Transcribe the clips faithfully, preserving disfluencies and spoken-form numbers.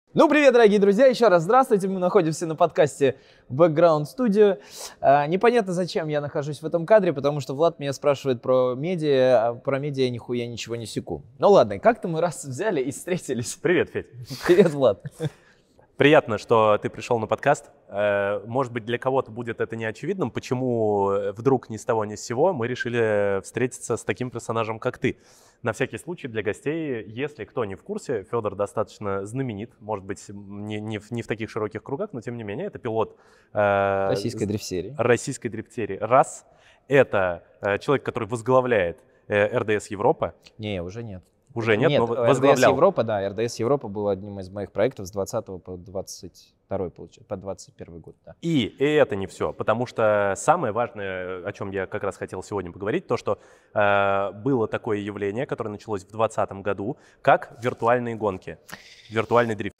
Ну, привет, дорогие друзья, еще раз здравствуйте, мы находимся на подкасте Background Studio. А, непонятно, зачем я нахожусь в этом кадре, потому что Влад меня спрашивает про медиа, а про медиа я нихуя ничего не секу. Ну ладно, как-то мы раз взяли и встретились. Привет, Федь. Привет, Влад. Приятно, что ты пришел на подкаст. Может быть, для кого-то будет это неочевидным, почему вдруг ни с того ни с сего мы решили встретиться с таким персонажем, как ты. На всякий случай для гостей, если кто не в курсе, Федор достаточно знаменит, может быть, не, не, в, не в таких широких кругах, но тем не менее, это пилот э, Российской дрифт-серии. Российской дрифт-серии «Раз». Это э, человек, который возглавляет э, эр дэ эс Европа. Не, уже нет. Уже нет, нет, но возглавлял. эр дэ эс Европа, да, эр дэ эс Европа был одним из моих проектов с двадцатого по двадцать второй, получается, по двадцать первый год, да. И, и это не все, потому что самое важное, о чем я как раз хотел сегодня поговорить, то, что э, было такое явление, которое началось в двадцатом году, как виртуальные гонки, виртуальный дрифт.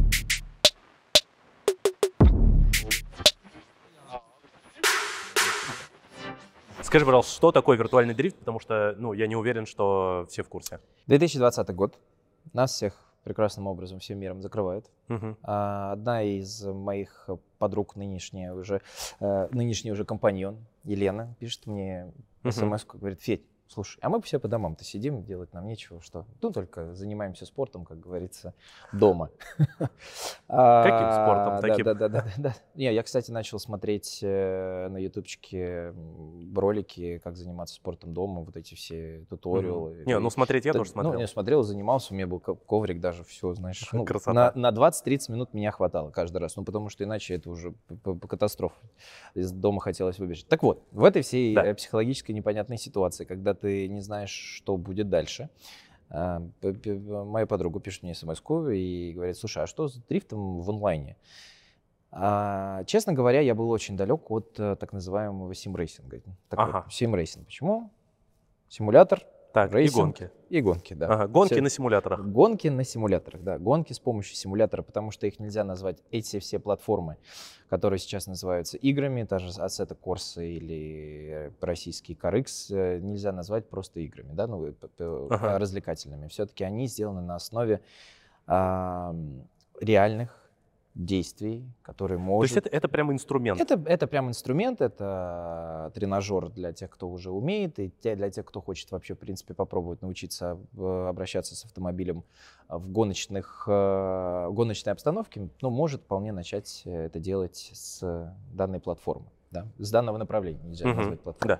Скажи, пожалуйста, что такое виртуальный дрифт, потому что, ну, я не уверен, что все в курсе. две тысячи двадцатый год. Нас всех прекрасным образом всем миром закрывает. Угу. А, одна из моих подруг, нынешняя уже, э, нынешний уже компаньон, Елена, пишет мне смс-ку, говорит: Федь, слушай, а мы все по домам-то сидим, делать нам нечего, что? Ну, только занимаемся спортом, как говорится, дома. Каким спортом? Да, да, да, да, да. Не, я, кстати, начал смотреть на ютубчике ролики, как заниматься спортом дома, вот эти все туториалы. Не, ну смотреть я тоже смотрел. Ну, я смотрел, занимался, у меня был коврик даже, все, знаешь. Красота. На двадцать-тридцать минут меня хватало каждый раз, ну, потому что иначе это уже катастрофа. Из дома хотелось выбежать. Так вот, в этой всей психологической непонятной ситуации, когда ты не знаешь, что будет дальше, моя подруга пишет мне смс-ку и говорит: слушай, а что с дрифтом в онлайне? А, честно говоря, я был очень далек от так называемого симрейсинга. Ага. Вот, симрейсинг. Почему? Симулятор, так, рейсинг, и гонки. И гонки, да. Ага, гонки все. на симуляторах. Гонки на симуляторах, да. Гонки с помощью симулятора, потому что их нельзя назвать, эти все платформы, которые сейчас называются играми, та же Assetto Corsa или российский CarX, нельзя назвать просто играми, да, ну, ага. развлекательными. Все-таки они сделаны на основе а, реальных действий, которые может... То есть это, это прям инструмент? Это, это прям инструмент, это тренажер для тех, кто уже умеет, и для тех, кто хочет вообще, в принципе, попробовать научиться обращаться с автомобилем в гоночных, гоночной обстановке, ну, может вполне начать это делать с данной платформы, да? С данного направления, нельзя угу. назвать платформой. Да.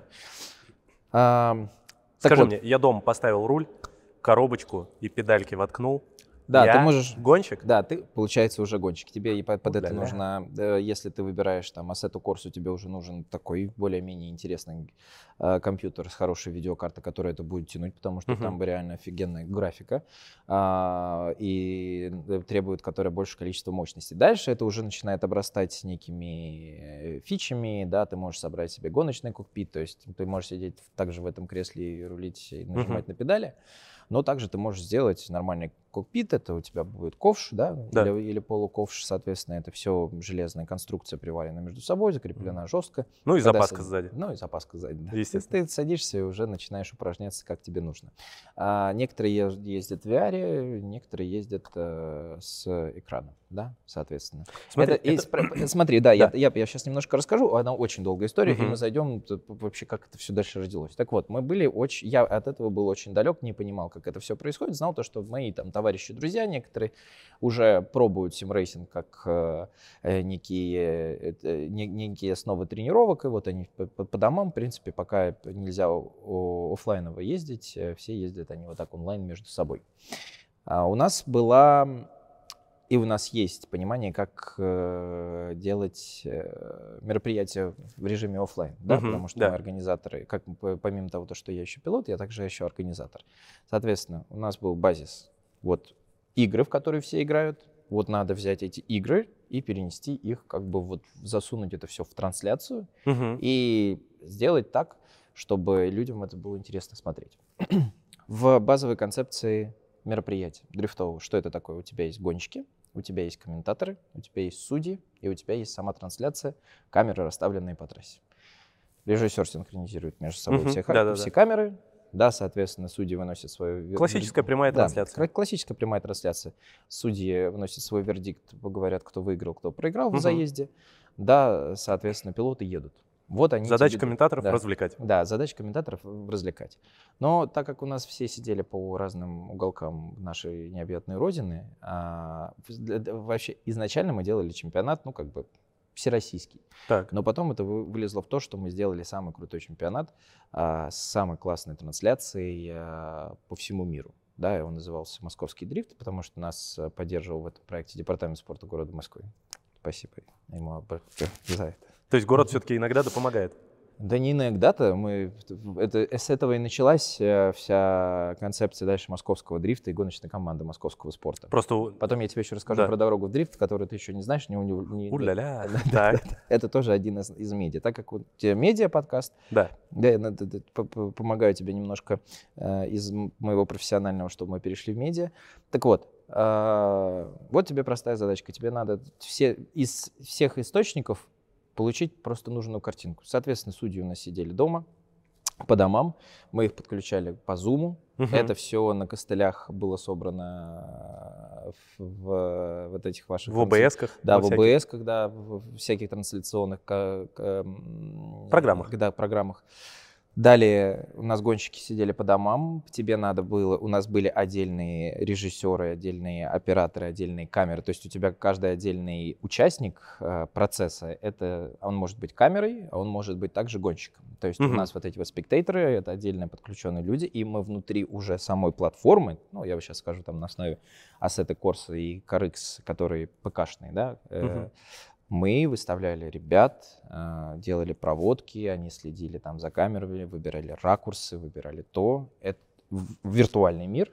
А, Скажи вот. мне, я дома поставил руль, коробочку и педальки воткнул. Да, я ты можешь... гонщик? Да, ты, получается, уже гонщик. Тебе под, под это нужно, если ты выбираешь там Assetto Corsa, тебе уже нужен такой более-менее интересный э, компьютер с хорошей видеокартой, которая это будет тянуть, потому что uh-huh. там реально офигенная графика э, и требует которая больше количества мощности. Дальше это уже начинает обрастать некими фичами, да, ты можешь собрать себе гоночный кокпит, то есть ты можешь сидеть также в этом кресле и рулить, и нажимать uh-huh. на педали. Но также ты можешь сделать нормальный кокпит, это у тебя будет ковш, да, да. или, или полуковш, соответственно, это все железная конструкция приварена между собой, закреплена mm. жестко. Ну и Когда запаска сад... сзади. Ну и запаска сзади, да. Естественно. Ты, ты садишься и уже начинаешь упражняться, как тебе нужно. А, некоторые ездят в ви ар, некоторые ездят э, с экраном, да, соответственно. Смотри, это, это... И, смотри да, да. Я, я, я сейчас немножко расскажу, она очень долгая история, mm-hmm. и мы зайдем вообще, как это все дальше родилось. Так вот, мы были очень, я от этого был очень далек, не понимал, как это все происходит, знал то, что мои там товарищи, друзья, некоторые уже пробуют симрейсинг как э, некие, э, не, некие основы тренировок, и вот они по, по домам, в принципе, пока нельзя офлайново ездить, все ездят они вот так онлайн между собой. А у нас была, и у нас есть понимание, как э, делать э, мероприятия в режиме офлайн, да, uh-huh, потому что да. мы организаторы, как помимо того, что я еще пилот, я также еще организатор. Соответственно, у нас был базис, вот, игры, в которые все играют. Вот надо взять эти игры и перенести их, как бы вот засунуть это все в трансляцию uh-huh. и сделать так, чтобы людям это было интересно смотреть. В базовой концепции мероприятия дрифтового, что это такое? У тебя есть гонщики, у тебя есть комментаторы, у тебя есть судьи, и у тебя есть сама трансляция, камеры, расставленные по трассе. Режиссер синхронизирует между собой uh-huh. все, да, да, все да. камеры, Да, соответственно, судьи выносят свою... Классическая прямая да, трансляция. Классическая прямая трансляция. Судьи выносят свой вердикт, говорят, кто выиграл, кто проиграл Угу. в заезде. Да, соответственно, пилоты едут. Вот они задача тебе... комментаторов да. развлекать. Да, задача комментаторов развлекать. Но так как у нас все сидели по разным уголкам нашей необъятной родины, а, вообще изначально мы делали чемпионат, ну, как бы всероссийский. Так. Но потом это вылезло в то, что мы сделали самый крутой чемпионат а, с самой классной трансляцией а, по всему миру. Да, он назывался «Московский дрифт», потому что нас поддерживал в этом проекте департамент спорта города Москвы. Спасибо ему за это. То есть город все-таки иногда да помогает? Да не иногда-то. Мы, это, с этого и началась вся концепция дальше московского дрифта и гоночной команды московского спорта. Просто... Потом я тебе еще расскажу да. про дорогу в дрифт, которую ты еще не знаешь. Не, не, У-ля-ля. Да, это тоже один из, из медиа. Так как у тебя медиа-подкаст, да. Да, я помогаю тебе немножко из моего профессионального, чтобы мы перешли в медиа. Так вот, вот тебе простая задачка. Тебе надо все, из всех источников получить просто нужную картинку. Соответственно, судьи у нас сидели дома, по домам. Мы их подключали по Zoom. Uh-huh. Это все на костылях было собрано в, в вот этих ваших... В о бэ эс-ках? Да, в о бэ эс-ках, да, в всяких трансляционных программах. Да, программах. Далее у нас гонщики сидели по домам, тебе надо было, у нас были отдельные режиссеры, отдельные операторы, отдельные камеры, то есть у тебя каждый отдельный участник э, процесса, это, он может быть камерой, а он может быть также гонщиком. То есть mm-hmm. у нас вот эти вот спектаторы, это отдельно подключенные люди, и мы внутри уже самой платформы, ну я сейчас скажу там на основе Assetto Corsa и CarX, которые ПК-шные, да, э, mm-hmm. мы выставляли ребят, делали проводки, они следили там за камерами, выбирали ракурсы, выбирали то. Это виртуальный мир.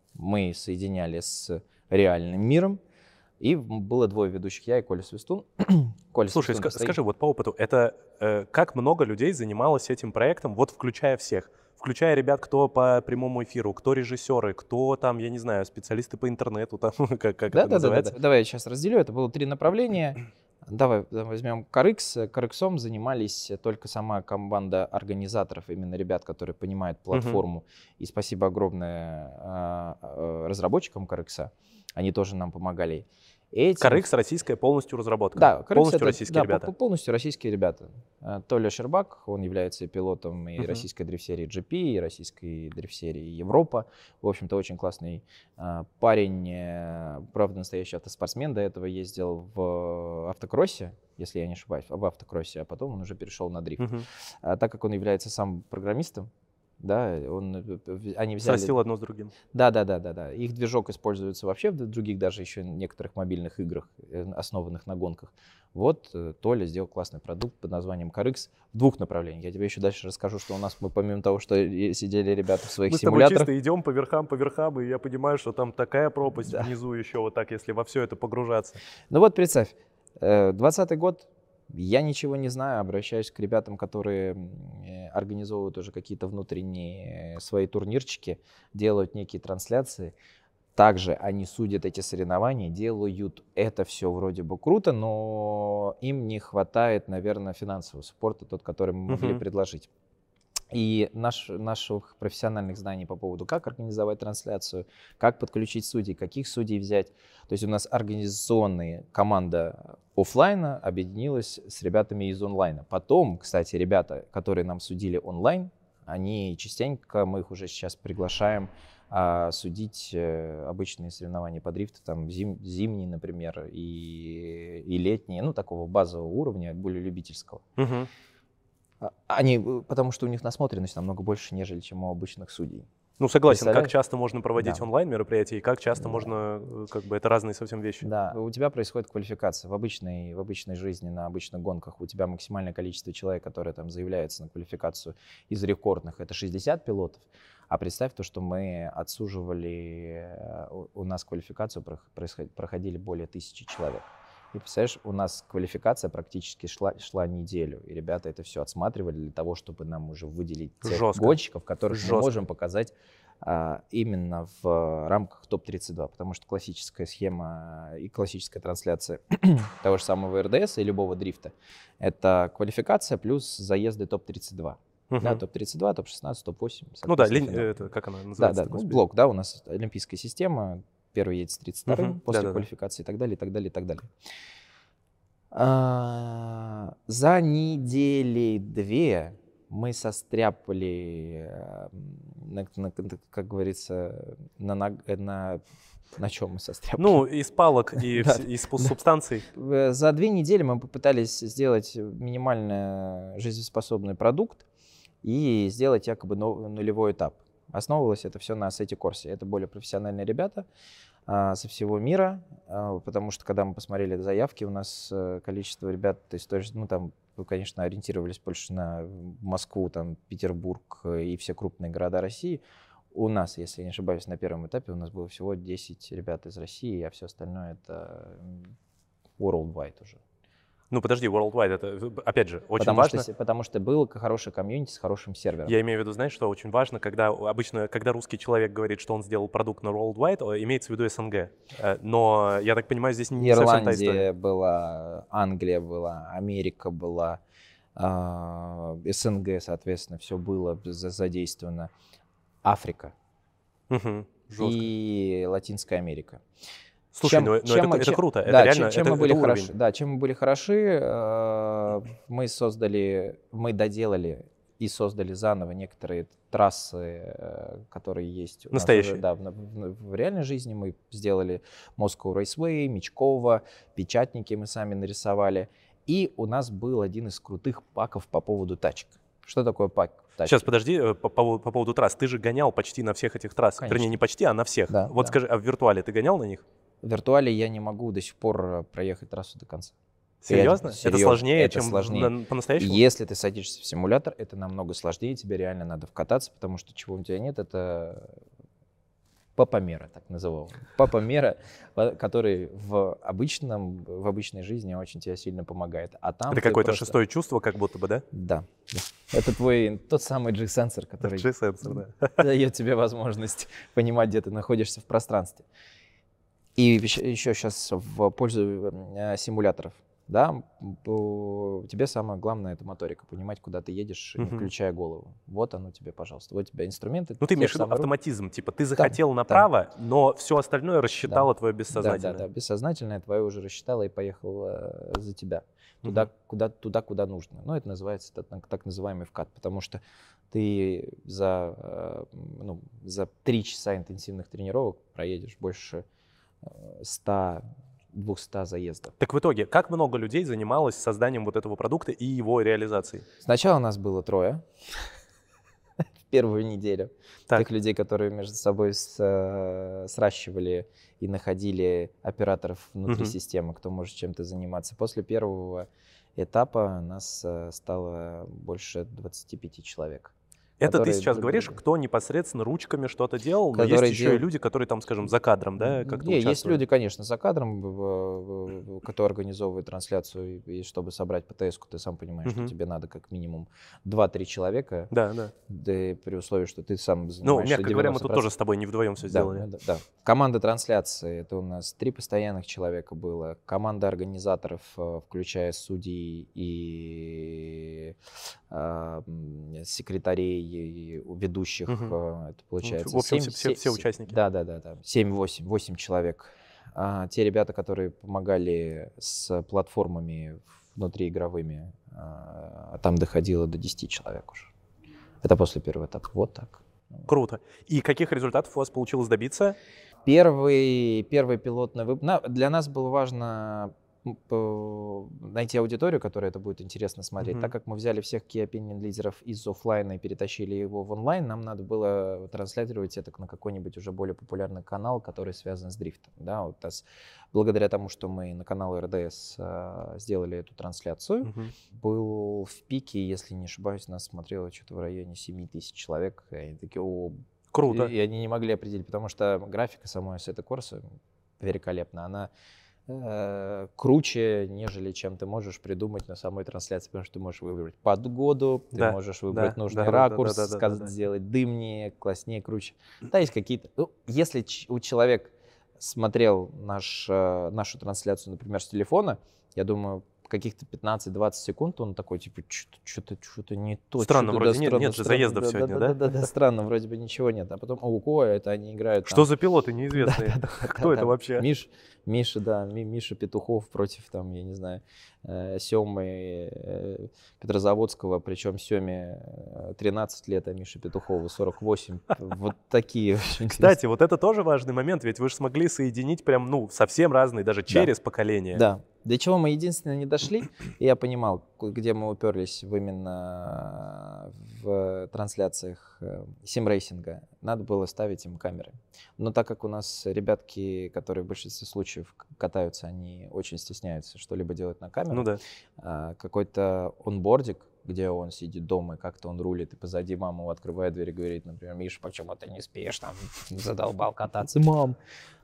Мы соединяли с реальным миром. И было двое ведущих, я и Коля Свистун. Коля Слушай, Свистун ска- скажи, вот по опыту, это э, как много людей занималось этим проектом, вот включая всех? Включая ребят, кто по прямому эфиру, кто режиссеры, кто там, я не знаю, специалисты по интернету, там, как, как да, это да, называется? Да, да, да. Давай я сейчас разделю. Это было три направления. Давай возьмем CarX. CarXом занимались только сама команда организаторов, именно ребят, которые понимают платформу. Uh-huh. И спасибо огромное а, а, разработчикам CarX. Они тоже нам помогали. Этим... CarX российская полностью разработка. Да, CarX полностью это, российские да, ребята. Полностью российские ребята. Толя Щербак, он является пилотом и uh-huh. российской дрифт-серии джи пи, и российской дрифт-серии Европа. В общем-то, очень классный а, парень, а, правда, настоящий автоспортсмен. До этого ездил в автокроссе, если я не ошибаюсь, в автокроссе, а потом он уже перешел на дрифт. Uh-huh. А, так как он является сам программистом, да, он, они взяли... Срастил одно с другим. Да, да, да, да, да. Их движок используется вообще в других даже еще некоторых мобильных играх, основанных на гонках. Вот Толя сделал классный продукт под названием CarX в двух направлениях. Я тебе еще дальше расскажу, что у нас, мы помимо того, что сидели ребята в своих мы симуляторах... Мы с тобой чисто идем по верхам, по верхам, и я понимаю, что там такая пропасть да. внизу еще вот так, если во все это погружаться. Ну вот представь, двадцатый год. Я ничего не знаю, обращаюсь к ребятам, которые организовывают уже какие-то внутренние свои турнирчики, делают некие трансляции. Также они судят эти соревнования, делают это все вроде бы круто, но им не хватает, наверное, финансового суппорта, тот, который мы могли uh-huh. предложить. И наш, наших профессиональных знаний по поводу, как организовать трансляцию, как подключить судей, каких судей взять. То есть у нас организационная команда офлайна объединилась с ребятами из онлайна. Потом, кстати, ребята, которые нам судили онлайн, они частенько, мы их уже сейчас приглашаем а, судить обычные соревнования по дрифту, там зим, зимние, например, и, и летние, ну такого базового уровня, более любительского. Uh-huh. Они, потому что у них насмотренность намного больше, нежели чем у обычных судей. Ну, согласен, как часто можно проводить да. онлайн-мероприятия и как часто да. можно, как бы, это разные совсем вещи. Да, у тебя происходит квалификация. В обычной, в обычной жизни, на обычных гонках у тебя максимальное количество человек, которые там заявляются на квалификацию из рекордных, это шестьдесят пилотов. А представь то, что мы отсуживали, у нас квалификацию проходили более тысячи человек. И представляешь, у нас квалификация практически шла, шла неделю, и ребята это все отсматривали для того, чтобы нам уже выделить тех Жестко. гонщиков, которых Жестко. мы можем показать а, именно в рамках топ тридцать два, потому что классическая схема и классическая трансляция того же самого эр дэ эс и любого дрифта — это квалификация плюс заезды топ тридцать два. Uh-huh. Да, топ тридцать два, топ шестнадцать, топ восемь. Ну да, ли, это, как она называется? Да, да, ну, блок, да, у нас олимпийская система. Первый едет с тридцать вторым uh-huh. после да, квалификации да, да. и так далее, и так далее, и так далее. А, за недели две мы состряпали, на, на, как говорится, на, на, на, на чем мы состряпали? Ну, из палок и из субстанций. За две недели мы попытались сделать минимально жизнеспособный продукт и сделать якобы нулевой этап. Основывалось это все на Assetto Corsa. Это более профессиональные ребята а, со всего мира, а, потому что когда мы посмотрели заявки, у нас а, количество ребят, то есть, ну там, вы, конечно, ориентировались больше на Москву, там, Петербург и все крупные города России. У нас, если я не ошибаюсь, на первом этапе у нас было всего десять ребят из России, а все остальное это worldwide уже. Ну, подожди, worldwide, это, опять же, очень потому важно. Что, потому что был хороший комьюнити с хорошим сервером. Я имею в виду, знаешь, что очень важно, когда обычно, когда русский человек говорит, что он сделал продукт на worldwide, имеется в виду СНГ. Но, я так понимаю, здесь не совсем та история. Ирландия была, Англия была, Америка была, СНГ, соответственно, все было задействовано. Африка угу, и Латинская Америка. Слушай, чем, ну, ну чем, это, чем, это круто, да, это реально, чем, чем это, мы были это хороши, да, чем мы были хороши, э, мы создали, мы доделали и создали заново некоторые трассы, э, которые есть у настоящие. Нас уже, да, в, в, в реальной жизни. Мы сделали Moscow Raceway, Мечково, Печатники мы сами нарисовали, и у нас был один из крутых паков по поводу тачек. Что такое пак? Тачки? Сейчас, подожди, по, по, по поводу трасс. Ты же гонял почти на всех этих трассах. Конечно. Вернее, не почти, а на всех. Да, вот да. скажи, а в виртуале ты гонял на них? В виртуале я не могу до сих пор проехать трассу до конца. Серьезно? Я, это серьезно? сложнее, это чем сложнее. На, по-настоящему? Если ты садишься в симулятор, это намного сложнее, тебе реально надо вкататься, потому что чего у тебя нет, это папа-мера, так называемый. Папа-мера, который в, обычном, в обычной жизни очень тебе сильно помогает. А там это какое-то просто... шестое чувство, как будто бы, да? Да. да. Это твой тот самый G-сенсор, который G-сенсор, да. дает тебе возможность понимать, где ты находишься в пространстве. И еще сейчас в пользу симуляторов. Да, тебе самое главное — это моторика, понимать, куда ты едешь, не uh-huh. включая голову. Вот оно тебе, пожалуйста. Вот у тебя инструменты. Ну, ты имеешь в виду автоматизм. Типа ты захотел да, направо, да. но все остальное рассчитало да. твое бессознательное. Да, да, да. Бессознательное твое уже рассчитало и поехало за тебя. Туда, uh-huh. куда, туда, куда нужно. Ну, это называется так, так называемый вкат, потому что ты за, ну, за три часа интенсивных тренировок проедешь больше ста двухсот заездов. Так в итоге, как много людей занималось созданием вот этого продукта и его реализацией? Сначала нас было трое в первую неделю. Так. Тех людей, которые между собой с, сращивали и находили операторов внутри uh-huh. системы, кто может чем-то заниматься. После первого этапа нас стало больше двадцати пяти человек. Это ты сейчас говоришь, кто непосредственно ручками что-то делал, но есть еще дел... и люди, которые там, скажем, за кадром, да, как-то Не, участвуют? Есть люди, конечно, за кадром, которые организовывают трансляцию, и чтобы собрать ПТС-ку, ты сам понимаешь, uh-huh. что тебе надо как минимум два-три человека, да, да. Да, при условии, что ты сам занимаешься Ну, мягко говоря, мы тут девяносто процентов. тоже с тобой не вдвоем все сделали. Да, да, да. Команда трансляции, это у нас три постоянных человека было, команда организаторов, включая судей и э, секретарей, и ведущих, угу. это получается в общем, семь, все, все участники. Да, да, да, да. семь-восемь, восемь человек. А, те ребята, которые помогали с платформами внутриигровыми, а, там доходило до десяти человек уже. Это после первого этапа. Вот так. Круто. И каких результатов у вас получилось добиться? Первый, первый пилотный выпуск. Для нас было важно найти аудиторию, которая это будет интересно смотреть. Mm-hmm. Так как мы взяли всех key opinion лидеров из офлайна и перетащили его в онлайн, нам надо было транслировать это на какой-нибудь уже более популярный канал, который связан с дрифтом. Да, вот нас, благодаря тому, что мы на канал эр дэ эс а, сделали эту трансляцию, mm-hmm. был в пике, если не ошибаюсь, нас смотрело что-то в районе семь тысяч человек. И они такие, о, круто. И, и они не могли определить, потому что графика самой Assetto Corsa великолепна. Она круче, нежели чем ты можешь придумать на самой трансляции, потому что ты можешь выбрать погоду, ты да, можешь выбрать да, нужный да, ракурс, да, да, да, сказать, да, да. сделать дымнее, класснее, круче. Да, есть какие-то... Ну, если у человека смотрел наш, нашу трансляцию, например, с телефона, я думаю, каких-то пятнадцать-двадцать секунд он такой, типа, что-то, что-то не то. Странно, что-то, вроде да, нет, странно, нет же странно, заездов да, сегодня, да? да? Да, да, да, странно, вроде бы ничего нет. А потом, ого, это они играют. Что там, за пилоты неизвестные? Да, да, да, Кто да, это да. вообще? Миш, Миша, да, Ми- Миша Петухов против, там, я не знаю, э, Семы э, Петрозаводского, причем Семе э, тринадцать лет, а Мише Петухову сорок восемь. Вот такие очень Кстати, вот это тоже важный момент, ведь вы же смогли соединить прям, ну, совсем разные, даже Да. через поколение. Да. До чего мы единственное не дошли, и я понимал, ку- где мы уперлись в именно в трансляциях э, симрейсинга. Надо было ставить им камеры. Но так как у нас ребятки, которые в большинстве случаев к- катаются, они очень стесняются что-либо делать на камеру, Ну да. а, какой-то онбордик, где он сидит дома, и как-то он рулит, и позади мама его открывает дверь и говорит, например, Миша, почему ты не спишь, там, задолбал кататься, мам.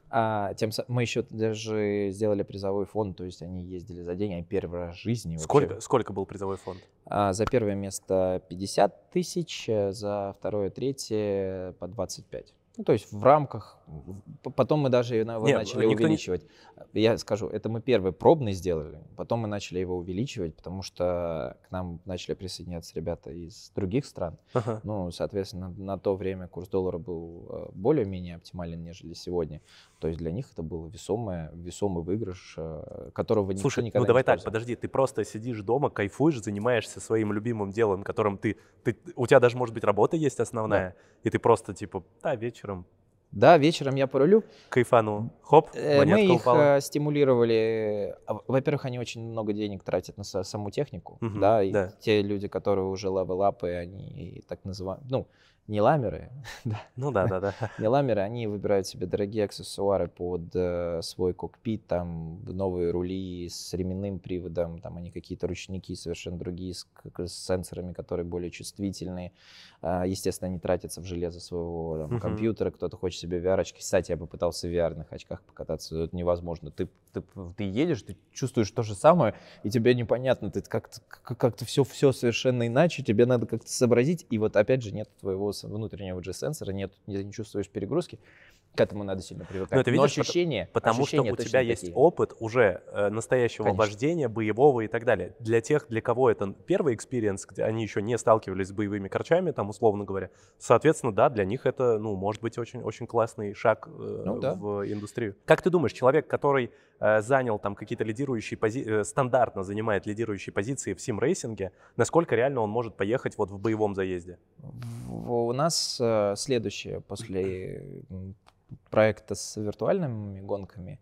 А, тем са- мы еще даже сделали призовой фонд, то есть они ездили за день, они первый раз в жизни вообще. Сколько, сколько был призовой фонд? А, за первое место пятьдесят тысяч, э, за второе, третье по двадцать пять. Ну, то есть в рамках. П- Потом мы даже его Не, начали никто не- увеличивать. Я скажу, это мы первый пробный сделали, потом мы начали его увеличивать, потому что к нам начали присоединяться ребята из других стран. Ага. Ну, соответственно, на то время курс доллара был э, более-менее оптимален, нежели сегодня. То есть для них это был весомый, весомый выигрыш, э, которого никто Слушай, никогда ну давай не так, использовал. подожди, ты просто сидишь дома, кайфуешь, занимаешься своим любимым делом, которым ты, ты, у тебя даже, может быть, работа есть основная, и ты просто типа, да, вечером Да, вечером я порулю. кайфанул, хоп, Э, монетка Мы их упала. э, стимулировали. А, в- Во-первых, они очень много денег тратят на са- саму технику, Мгм, да, и да. те люди, которые уже левелапы, они так называемые, ну, не ламеры, да, Ну да, да, да. не ламеры, они выбирают себе дорогие аксессуары под э, свой кокпит, там новые рули с ременным приводом, там они какие-то ручники совершенно другие, с, к- с сенсорами, которые более чувствительные. А, естественно, они тратятся в железо своего там, Мгм. компьютера, кто-то хочет себе ви ар-очки. Кстати, я попытался в ви ар-ных очках покататься, это невозможно. Ты, ты, ты едешь, ты чувствуешь то же самое, и тебе непонятно, ты как-то, как- как-то все, все совершенно иначе, тебе надо как-то сообразить, и вот опять же нет твоего с- внутреннего G-сенсора, нет, не, не чувствуешь перегрузки, к этому надо сильно привыкать. Но это Но видишь, пото- ощущения, Потому что ощущения у точно тебя есть такие. опыт уже э, настоящего Конечно. вождения, боевого и так далее. Для тех, для кого это первый экспириенс, где они еще не сталкивались с боевыми корчами, там, условно говоря, соответственно, да, для них это, ну, может быть очень, очень классный шаг э, Ну да. в индустрию. Как ты думаешь, человек, который э, занял там какие-то лидирующие позиции, стандартно занимает лидирующие позиции в симрейсинге, насколько реально он может поехать вот в боевом заезде? В- У нас э, следующее после м, проекта с виртуальными гонками.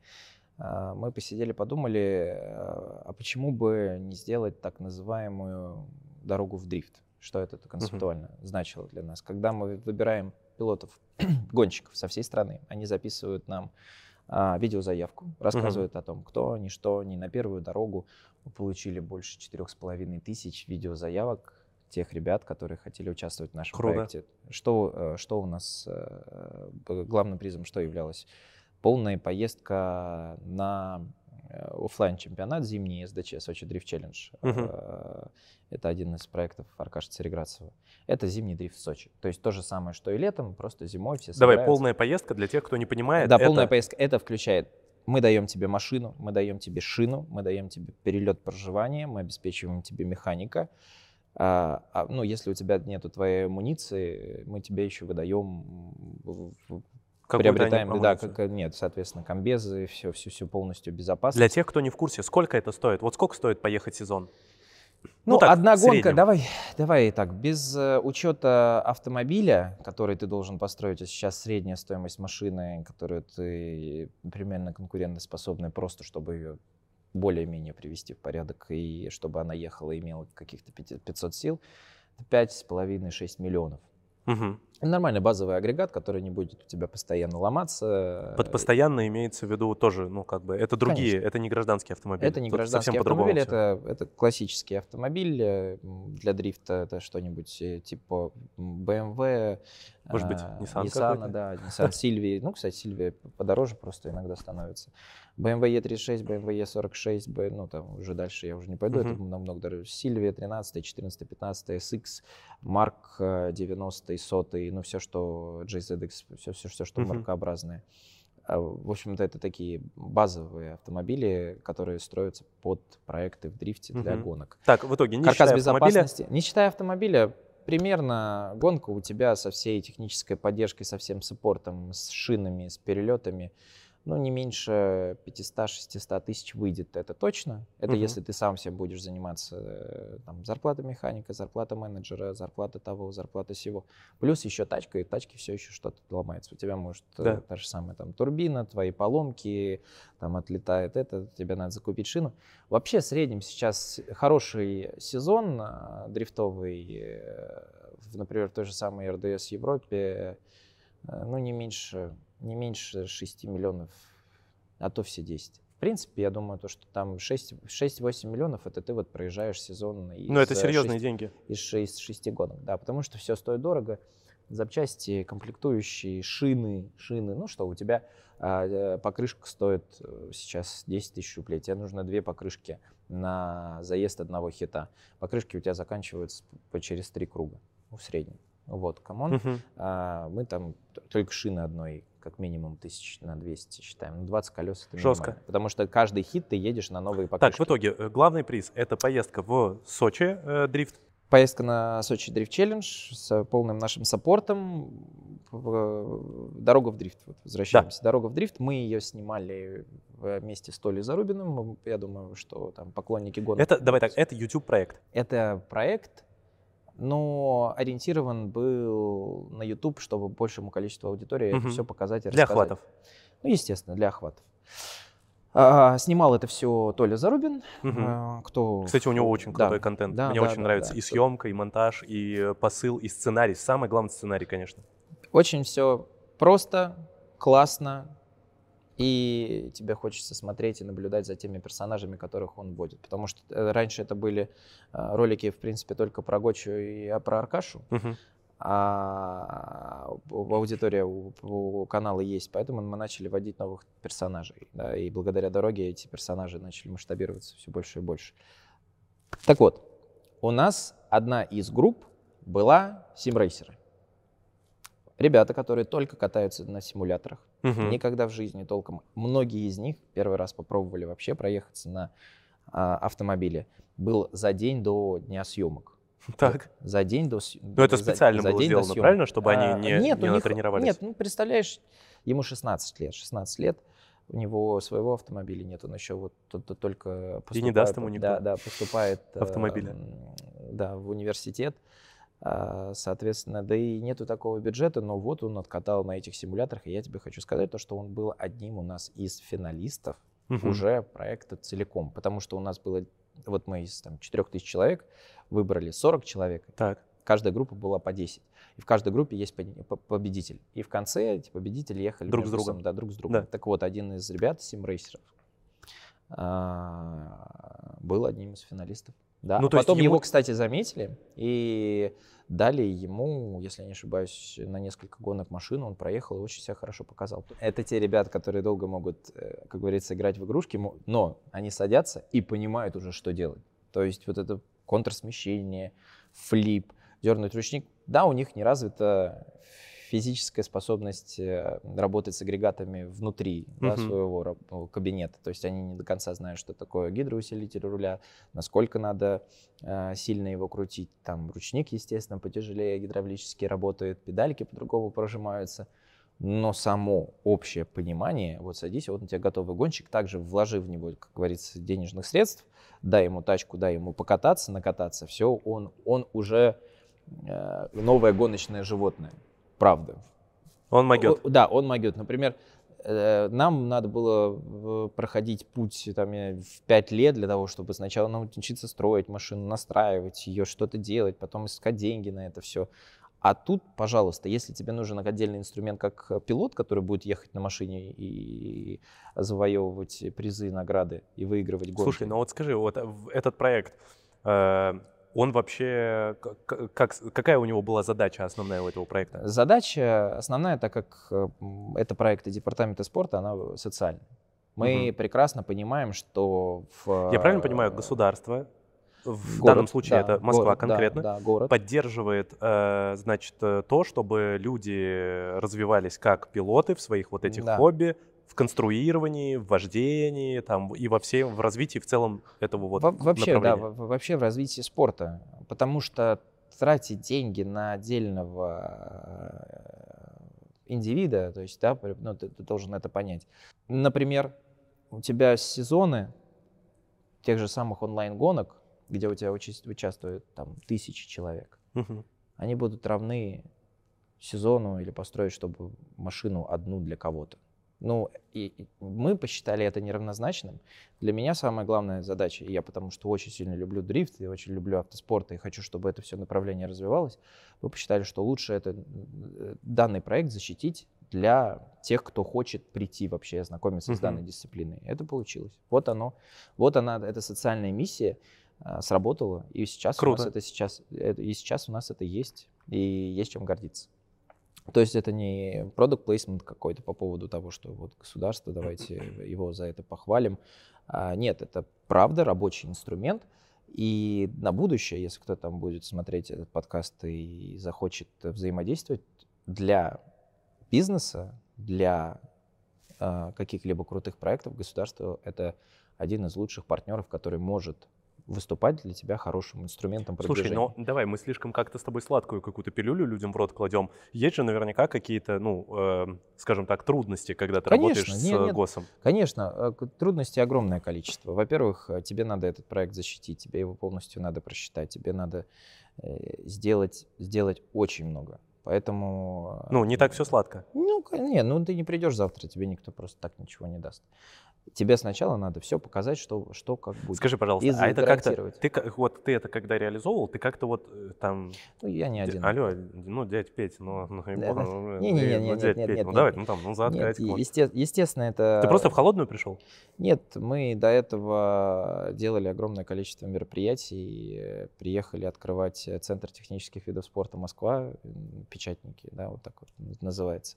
э, Мы посидели, подумали, э, а почему бы не сделать так называемую дорогу в дрифт? Что это концептуально значило для нас? Когда мы выбираем пилотов, гонщиков со всей страны, они записывают нам а, видеозаявку, рассказывают о том, кто они, что они. На первую дорогу мы получили больше четырех с половиной тысяч видеозаявок тех ребят, которые хотели участвовать в нашем Круто. проекте. Что, э, что у нас э, б- главным призом, что являлось? Полная поездка на оффлайн чемпионат зимний эс дэ че, Сочи Дрифт Челлендж. Мгм. Э, Это один из проектов Аркаши Цареградцева. Это зимний дрифт в Сочи. То есть то же самое, что и летом, просто зимой все Давай, собираются. полная поездка для тех, кто не понимает. Да, это... полная поездка. Это включает, мы даем тебе машину, мы даем тебе шину, мы даем тебе перелет, проживание, мы обеспечиваем тебе механика. А, а, ну, если у тебя нету твоей амуниции, мы тебе еще выдаем, в- в- Какую-то приобретаем, они да, амуницию. как, нет, соответственно, комбезы, все, все, все полностью безопасно. Для тех, кто не в курсе, сколько это стоит? Вот сколько стоит поехать сезон? Ну, так, одна в гонка, среднем. давай, давай так, без э, учета автомобиля, который ты должен построить, а сейчас средняя стоимость машины, которую ты примерно конкурентоспособная, просто чтобы ее более-менее привести в порядок и чтобы она ехала и имела каких-то пятьсот сил, это пять с половиной-шесть миллионов. Мгм. Нормальный базовый агрегат, который не будет у тебя постоянно ломаться. Под постоянно имеется в виду тоже, ну, как бы, это другие, Конечно. это не гражданские автомобили. Это не Тут гражданский совсем по-другому автомобиль, всё. это, это классический автомобиль э, м, для дрифта. Это что-нибудь э, типа бэ эм вэ, Может быть, а, Nissan Nissan, какой-то? да, Nissan Sylvia. Ну, кстати, Sylvia подороже просто иногда становится. бэ эм вэ и тридцать шесть, бэ эм вэ и сорок шесть, Б- ну, там уже дальше я уже не пойду, это Мгм. намного дороже. Sylvia тринадцать, четырнадцать, пятнадцать, эс икс, Mark э, девяносто, сто, ну, все, что джей зет икс, все, все, все что Мгм. маркообразное. В общем-то, это такие базовые автомобили, которые строятся под проекты в дрифте для Мгм. гонок. Так, в итоге, не Каркас считая автомобиля, безопасности. Не считая автомобиля, примерно гонка у тебя со всей технической поддержкой, со всем саппортом, с шинами, с перелетами, ну, не меньше пятьсот-шестьсот тысяч выйдет, это точно. Это Мгм. если ты сам всем будешь заниматься, э, там, зарплата механика, зарплата менеджера, зарплата того, зарплата сего. Плюс еще тачка, и тачки все еще что-то ломается. У тебя может э, Да. та же самая там турбина, твои поломки, там отлетает это, тебе надо закупить шину. Вообще в среднем сейчас хороший сезон э, дрифтовый, э, в, например, в той же самой эр дэ эс Европе, э, ну, не меньше... не меньше шести миллионов, а то все десять. В принципе, я думаю, то, что там шесть-восемь миллионов, это ты вот проезжаешь сезон из, ну это серьезные шести, деньги. из шести гонок. Да, потому что все стоит дорого. Запчасти, комплектующие, шины, шины. Ну что, у тебя а, покрышка стоит сейчас десять тысяч рублей. Тебе нужно две покрышки на заезд одного хита. Покрышки у тебя заканчиваются по через три круга, ну, в среднем. Вот, камон. Мгм. А, мы там т- только шины одной, как минимум, тысяч на двести считаем. Ну, двадцать колес — это Жестко. минимально. Потому что каждый хит ты едешь на новые покрышки. Так, в итоге, э, главный приз — это поездка в Сочи, э, дрифт. Поездка на Сочи Дрифт Челлендж с полным нашим саппортом. В- Дорога в дрифт. Вот, возвращаемся. Дорога в дрифт. Мы ее снимали вместе с Толей Зарубиным. Я думаю, что там поклонники гонок... Это, давай так, это YouTube-проект. Это проект, но ориентирован был на YouTube, чтобы большему количеству аудитории это Мгм. все показать и Для рассказать. охватов. Ну, естественно, для охватов. А, снимал это все Толя Зарубин. Мгм. А, кто... Кстати, у него очень Да, крутой контент. да, Мне да, очень да, нравится да. и съемка, и монтаж, и посыл, и сценарий. Самый главный сценарий, конечно. Очень все просто, классно, и тебе хочется смотреть и наблюдать за теми персонажами, которых он вводит. Потому что э, раньше это были э, ролики, в принципе, только про Гочу и а, про Аркашу, Мгм. а у- аудитория у, у канала есть, поэтому мы начали вводить новых персонажей. Да, и благодаря дороге эти персонажи начали масштабироваться все больше и больше. Так вот, у нас одна из групп была симрейсеры. Ребята, которые только катаются на симуляторах, Мгм. никогда в жизни толком. Многие из них первый раз попробовали вообще проехаться на а, автомобиле. Был за день до дня съемок. Так. Вот, за день до съ- Ну, это за- специально за было день до сделано, съемок. правильно? Чтобы они А, не, нет, не у них- натренировались? Нет, ну представляешь, ему шестнадцать лет. шестнадцать лет, у него своего автомобиля нет, он еще вот т- т- только поступает. не даст ему никто Да, да, поступает э, автомобиля. м, да, в университет. А, Соответственно, да и нету такого бюджета, но вот он откатал на этих симуляторах, и я тебе хочу сказать, то, что он был одним у нас из финалистов Мгм. уже проекта целиком, потому что у нас было, вот мы из там, четырех тысяч человек выбрали сорок человек, Так. каждая группа была по десять, и в каждой группе есть по- по- победитель, и в конце эти победители ехали Друг с между другом. собой, да, друг с другом. Да. Так вот, один из ребят, симрейсеров, а, был одним из финалистов. Да. Ну, А то есть потом ему- его, кстати, заметили и дали ему, если я не ошибаюсь, на несколько гонок машину. Он проехал и очень себя хорошо показал. Это те ребята, которые долго могут, э, как говорится, играть в игрушки, мо- но они садятся и понимают уже, что делать. То есть вот это контрсмещение, флип, дернуть ручник. Да, у них не развита физическая способность э, работать с агрегатами внутри, да, Мгм. своего раб- ну, кабинета. То есть они не до конца знают, что такое гидроусилитель руля, насколько надо э, сильно его крутить. Там ручник, естественно, потяжелее гидравлически работает, педальки по-другому прожимаются. Но само общее понимание, вот садись, вот у тебя готовый гонщик, также вложи в него, как говорится, денежных средств, дай ему тачку, дай ему покататься, накататься, все, он, он уже э, новое гоночное животное. Правда. Он могет. О, Да, он могет. Например, э, нам надо было э, проходить путь там, э, в пять лет для того, чтобы сначала научиться строить машину, настраивать ее, что-то делать, потом искать деньги на это все. А тут, пожалуйста, если тебе нужен отдельный инструмент, как э, пилот, который будет ехать на машине и завоевывать призы, награды и выигрывать гонки. Слушай, ну вот скажи, вот в- этот проект, э, он вообще, к- к- как, какая у него была задача основная у этого проекта? Задача основная, так как э, м, это проекты департамента спорта, она социальная. Мы Мгм. прекрасно понимаем, что в... Я правильно понимаю, э, государство, в город, данном случае да, это Москва город, да, конкретно, да, город. поддерживает, э, значит, э, то, чтобы люди развивались как пилоты в своих вот этих Да. хобби, в конструировании, в вождении там, и во всем, в развитии в целом этого вот Во- вообще, да, направления? во- вообще в развитии спорта. Потому что тратить деньги на отдельного э, индивида, то есть, да, при- ну, ты, ты должен это понять. Например, у тебя сезоны тех же самых онлайн-гонок, где у тебя уча- участвуют там тысячи человек, Мгм. они будут равны сезону или построить, чтобы машину одну для кого-то. Ну, и, и мы посчитали это неравнозначным. Для меня самая главная задача, и я потому что очень сильно люблю дрифт, и очень люблю автоспорт, и хочу, чтобы это все направление развивалось, мы посчитали, что лучше это, э, данный проект защитить для тех, кто хочет прийти вообще ознакомиться с Мгм. данной дисциплиной. Это получилось. Вот оно, вот она, эта социальная миссия а, сработала, и сейчас у нас Круто. это сейчас, это- и сейчас у нас это есть, и есть чем гордиться. То есть это не product placement какой-то по поводу того, что вот государство, давайте его за это похвалим. А, нет, это правда рабочий инструмент. И на будущее, если кто там будет смотреть этот подкаст и захочет взаимодействовать, для бизнеса, для а, каких-либо крутых проектов государство — это один из лучших партнеров, который может выступать для тебя хорошим инструментом Слушай, продвижения. ну давай, мы слишком как-то с тобой сладкую какую-то пилюлю людям в рот кладем. Есть же наверняка какие-то, ну, э, скажем так, трудности, когда ты работаешь Конечно, с нет, э, нет. ГОСом. Конечно, э, к- трудностей огромное количество. Во-первых, э, тебе надо этот проект защитить, тебе его полностью надо просчитать, тебе надо э, сделать, сделать очень много. Поэтому... э, Ну, не так все сладко. Ну, ко- не, ну ты не придешь завтра, тебе никто просто так ничего не даст. Тебе сначала надо все показать, что, что как будет. Скажи, пожалуйста, И а это как-то, загарантировать. ты, ка- вот ты это когда реализовывал, ты как-то вот э, там, Ну, я не д- один. алло, ну, дядь Петь, ну, ну, и Да, бог, да. ну, Не-не-не, э, ну, нет, дядь нет, Петь, нет, ну, нет, давай, нет. ну, там, ну, Нет, заткайте, вот. есте- естественно, это... Ты просто в холодную пришел? Нет, мы до этого делали огромное количество мероприятий, э, приехали открывать э, Центр технических видов спорта Москва, м, печатники, да, вот так вот н- называется.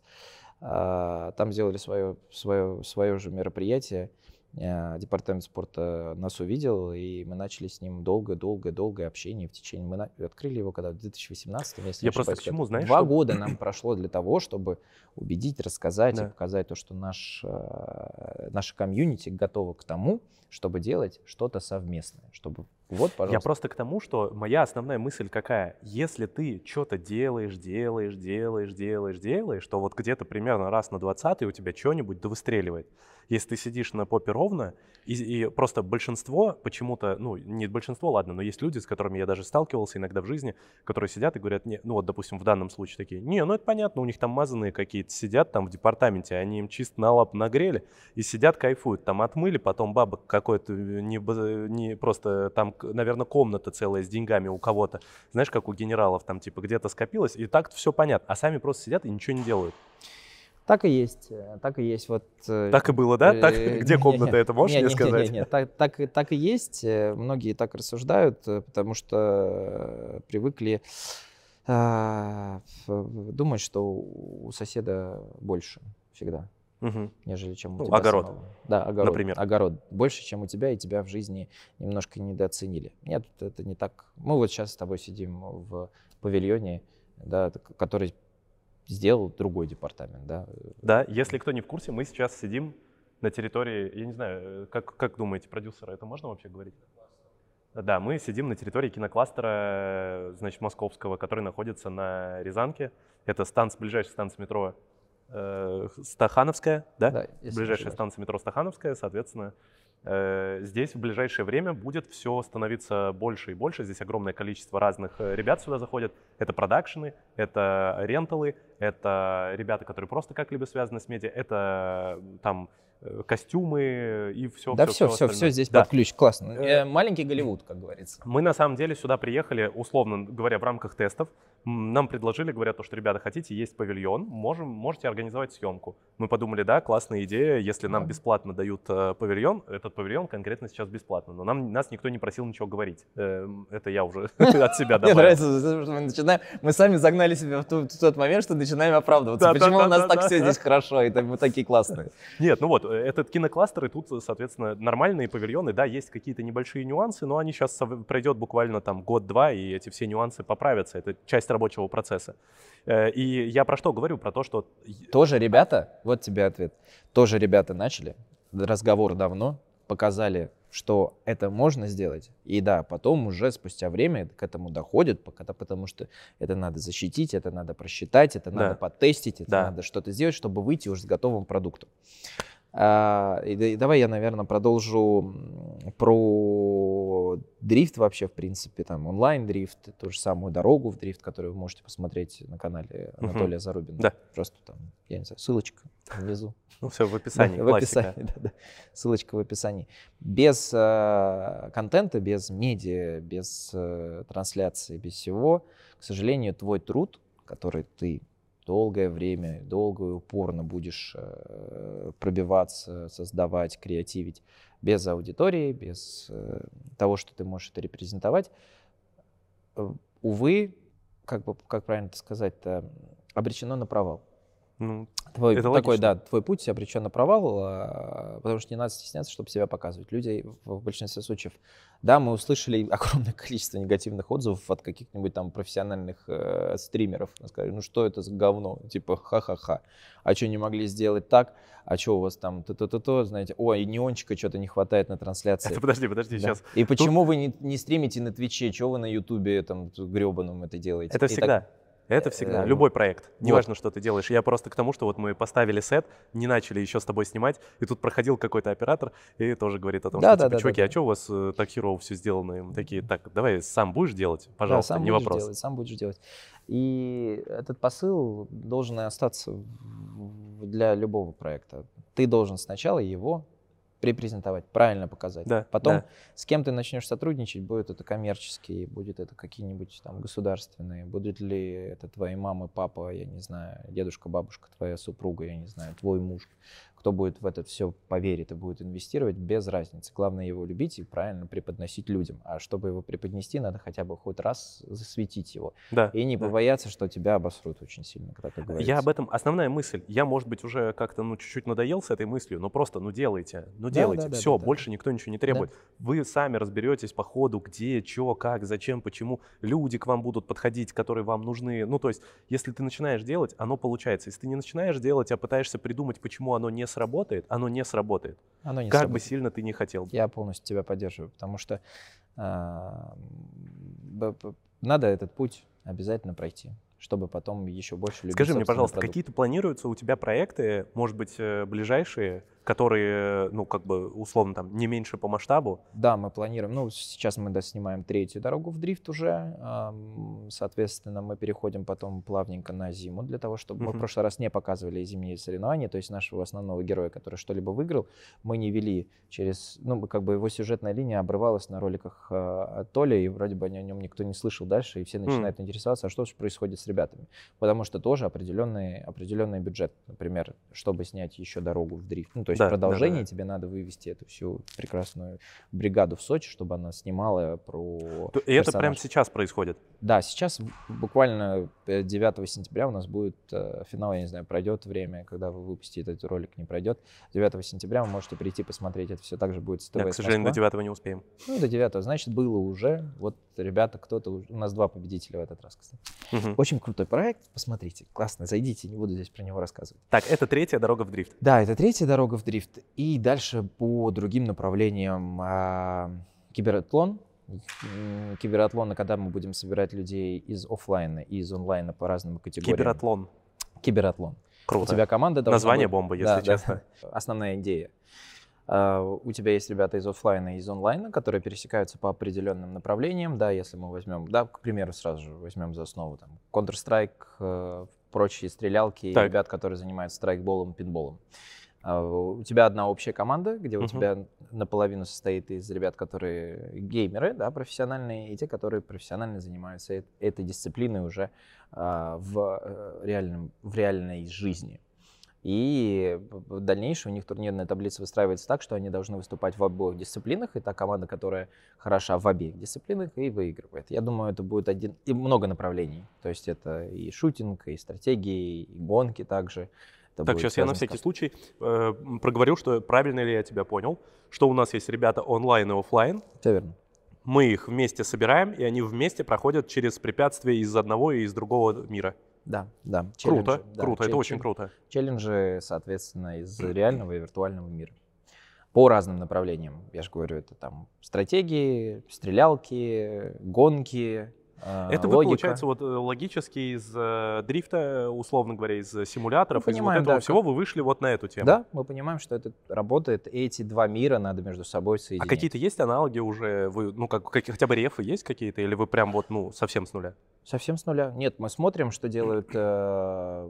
А, Там сделали свое, свое, свое же мероприятие. Э, Департамент спорта нас увидел, и мы начали с ним долгое-долгое-долгое общение в течение... Мы на- открыли его когда в две тысячи восемнадцатом, если не Я просто ошибаюсь, к чему, году. знаешь, Два что- года нам прошло для того, чтобы убедить, рассказать и Да. показать то, что наш, э, наша комьюнити готова к тому, чтобы делать что-то совместное, чтобы вот, Я пожалуйста. просто к тому, что моя основная мысль какая? Если ты что-то делаешь, делаешь, делаешь, делаешь, делаешь, то вот где-то примерно раз на двадцатый у тебя что-нибудь да выстреливает. Если ты сидишь на попе ровно, и, и просто большинство почему-то, ну, не большинство, ладно, но есть люди, с которыми я даже сталкивался иногда в жизни, которые сидят и говорят, не, ну вот, допустим, в данном случае такие, не, ну это понятно, у них там мазанные какие-то сидят там в департаменте, они им чисто на лап нагрели и сидят, кайфуют, там отмыли, потом бабок какой-то, не, баз- не просто там, наверное, комната целая с деньгами у кого-то, знаешь, как у генералов там типа где-то скопилось, и так все понятно, а сами просто сидят и ничего не делают. Так и есть, э, так и есть. Вот, э, Так и было, да? Так, э, где не- комната, не- это можешь не- мне не- не- сказать? не, не, так, так, и- так и есть. Э, Многие так рассуждают, э, потому что э, привыкли а, ф- думать, что у соседа больше всегда, Мгм. нежели чем у Ну, тебя огород, самого. Да, огород. например. Огород больше, чем у тебя, и тебя в жизни немножко недооценили. Нет, это не так. Мы вот сейчас с тобой сидим в павильоне, да, т- который сделал другой департамент, да. Да, если кто не в курсе, мы сейчас сидим на территории, я не знаю, э, как, как думаете, продюсеры, это можно вообще говорить? Да, мы сидим на территории кинокластера, э, значит, московского, который находится на Рязанке. Это станция, ближайшая станция метро э, Стахановская, да? Да, если не Ближайшая ошибаюсь. станция метро Стахановская, соответственно. э, Здесь в ближайшее время будет все становиться больше и больше. Здесь огромное количество разных э, ребят сюда заходят. Это продакшены, это ренталы, это ребята, которые просто как-либо связаны с медиа, это э, там э, костюмы и все. Да, все, все, все здесь Да. под ключ, классно. Э, Э, Маленький Голливуд, как говорится. Мы на самом деле сюда приехали, условно говоря, в рамках тестов. М, Нам предложили, говорят, то, что, ребята, хотите, есть павильон, можем, можете организовать съемку. Мы подумали, да, классная идея, если нам Да. бесплатно дают э, павильон, этот павильон конкретно сейчас бесплатно, но нам, нас никто не просил ничего говорить. Эм, Это я уже от себя Мне добавил. нравится, что мы начинаем, мы сами загнали себя в, ту- в тот момент, что начинаем оправдываться. Да, Почему да, у нас да, так да, все да. здесь хорошо, и так- мы такие классные. Нет, ну вот, этот кинокластер, и тут, соответственно, нормальные павильоны, да, есть какие-то небольшие нюансы, но они сейчас пройдет буквально там год-два, и эти все нюансы поправятся. Это часть рабочего процесса. И я про что говорю? Про то, что... Тоже ребята, вот тебе ответ, тоже ребята начали, разговор давно, показали, что это можно сделать. И да, потом уже спустя время к этому доходит, потому что это надо защитить, это надо просчитать, это надо да. потестить, это да. надо что-то сделать, чтобы выйти уже с готовым продуктом. А, и, и давай я, наверное, продолжу про дрифт вообще, в принципе, там онлайн-дрифт, ту же самую дорогу в дрифт, которую вы можете посмотреть на канале Анатолия uh-huh. Зарубина. Да. Просто там, я не знаю, ссылочка внизу. Ну все, в описании, да, в описании, да, да. Ссылочка в описании. Без э, контента, без медиа, без э, трансляции, без всего, к сожалению, твой труд, который ты долгое время, долго и упорно будешь э, пробиваться, создавать, креативить без аудитории, без э, того, что ты можешь это репрезентовать, э, увы, как бы, как правильно это сказать-то, обречено на провал. Ну, твой, это такой, логично. да, твой путь обречен на провал, а, потому что не надо стесняться, чтобы себя показывать. Люди в, в большинстве случаев, да, мы услышали огромное количество негативных отзывов от каких-нибудь там профессиональных э, стримеров. Сказали, ну что это за говно, типа ха-ха-ха, а что не могли сделать так, а что у вас там то-то-то-то, знаете, ой, неончика что-то не хватает на трансляции. Это, подожди, подожди, да. сейчас. И почему Тут... вы не, не стримите на Твиче, что вы на Ютубе там гребаном это делаете? Это И всегда. Так... Это всегда, любой проект, неважно, вот. Что ты делаешь. Я просто к тому, что вот мы поставили сет, не начали еще с тобой снимать, и тут проходил какой-то оператор и тоже говорит о том, да, что, да, типа, да, чуваки, да, а да. что у вас э, так херово все сделано? И мы такие, так, давай сам будешь делать, пожалуйста, да, сам не будешь вопрос. Делать, сам будешь делать. И этот посыл должен остаться для любого проекта. Ты должен сначала его репрезентовать, правильно показать. Да, Потом да. с кем ты начнешь сотрудничать, будет это коммерческие, будет это какие-нибудь там государственные, будут ли это твои мама, папа, я не знаю, дедушка, бабушка, твоя супруга, я не знаю, твой муж. Кто будет в это все поверить и будет инвестировать, без разницы. Главное его любить и правильно преподносить людям. А чтобы его преподнести, надо хотя бы хоть раз засветить его. Да, и не да. побояться, что тебя обосрут очень сильно, когда ты говоришь. Я об этом, основная мысль. Я, может быть, уже как-то ну, чуть-чуть надоел с этой мыслью, но просто, ну делайте, ну Да, делайте. да, да, Все, да, больше да. никто ничего не требует. Да. Вы сами разберетесь по ходу, где, что, как, зачем, почему. Люди к вам будут подходить, которые вам нужны. Ну, то есть, если ты начинаешь делать, оно получается. Если ты не начинаешь делать, а пытаешься придумать, почему оно не сработает, оно не сработает. Оно не как сработает. бы сильно ты не хотел. Я полностью тебя поддерживаю, потому что э, надо этот путь обязательно пройти, чтобы потом еще больше любить. Скажи мне, пожалуйста, продукт. какие-то планируются у тебя проекты, может быть, ближайшие, которые, ну, как бы, условно, там, не меньше по масштабу? Да, мы планируем. Ну, сейчас мы доснимаем третью дорогу в дрифт уже. Соответственно, мы переходим потом плавненько на зиму для того, чтобы... Uh-huh. Мы в прошлый раз не показывали зимние соревнования, то есть нашего основного героя, который что-либо выиграл, мы не вели через... Ну, как бы его сюжетная линия обрывалась на роликах от Толи, и вроде бы о нем никто не слышал дальше, и все начинают uh-huh. интересоваться, а что же происходит с ребятами. Потому что тоже определенный, определенный бюджет, например, чтобы снять еще дорогу в дрифт. Ну, то есть да, продолжение, да, да. тебе надо вывести эту всю прекрасную бригаду в Сочи, чтобы она снимала про И персонаж. Это прямо сейчас происходит? Да, сейчас буквально девятого сентября у нас будет э, финал, я не знаю, пройдет время, когда вы выпустите этот ролик, не пройдет. девятого сентября вы можете прийти посмотреть, это все также будет с ТВ. Да, к сожалению, Москва. до девятого не успеем. Ну, до девятого, значит, было уже. Вот, ребята, кто-то... У нас два победителя в этот раз, кстати. Угу. Очень крутой проект, посмотрите, классно, зайдите, не буду здесь про него рассказывать. Так, это третья дорога в дрифт? Да, это третья дорога в дрифт. И дальше по другим направлениям а, кибератлон. Кибератлон, когда мы будем собирать людей из офлайна и из онлайна по разным категориям. Кибератлон. Кибератлон. Круто. У тебя команда должна Название быть... бомбы, если да, честно. Да. Основная идея. Uh, у тебя есть ребята из офлайна и из онлайна, которые пересекаются по определенным направлениям. Да, если мы возьмем, да, к примеру, сразу же возьмем за основу там Counter-Strike, uh, прочие стрелялки, и ребят, которые занимаются страйкболом, пинболом. Uh, у тебя одна общая команда, где у uh-huh. тебя наполовину состоит из ребят, которые геймеры, да, профессиональные, и те, которые профессионально занимаются этой дисциплиной уже uh, в, uh, реальном, в реальной жизни. И в дальнейшем у них турнирная таблица выстраивается так, что они должны выступать в обоих дисциплинах, и та команда, которая хороша в обеих дисциплинах, и выигрывает. Я думаю, это будет один... И много направлений. То есть это и шутинг, и стратегии, и гонки также. Это так, сейчас я на всякий случай э, проговорю, что правильно ли я тебя понял, что у нас есть ребята онлайн и офлайн. Все верно. Мы их вместе собираем, и они вместе проходят через препятствия из одного и из другого мира. Да, да. Круто, да, круто, это очень круто. Челленджи, соответственно, из реального и виртуального мира. По разным направлениям. Я же говорю, это там стратегии, стрелялки, гонки, Это вы, получается, вот логически из э, дрифта, условно говоря, из симуляторов, из вот этого да, всего как... вы вышли вот на эту тему. Да, мы понимаем, что это работает, и эти два мира надо между собой соединять. А какие-то есть аналоги уже? Вы, ну, как, как, хотя бы рефы есть какие-то, или вы прям вот, ну, совсем с нуля? Совсем с нуля. Нет, мы смотрим, что делают э,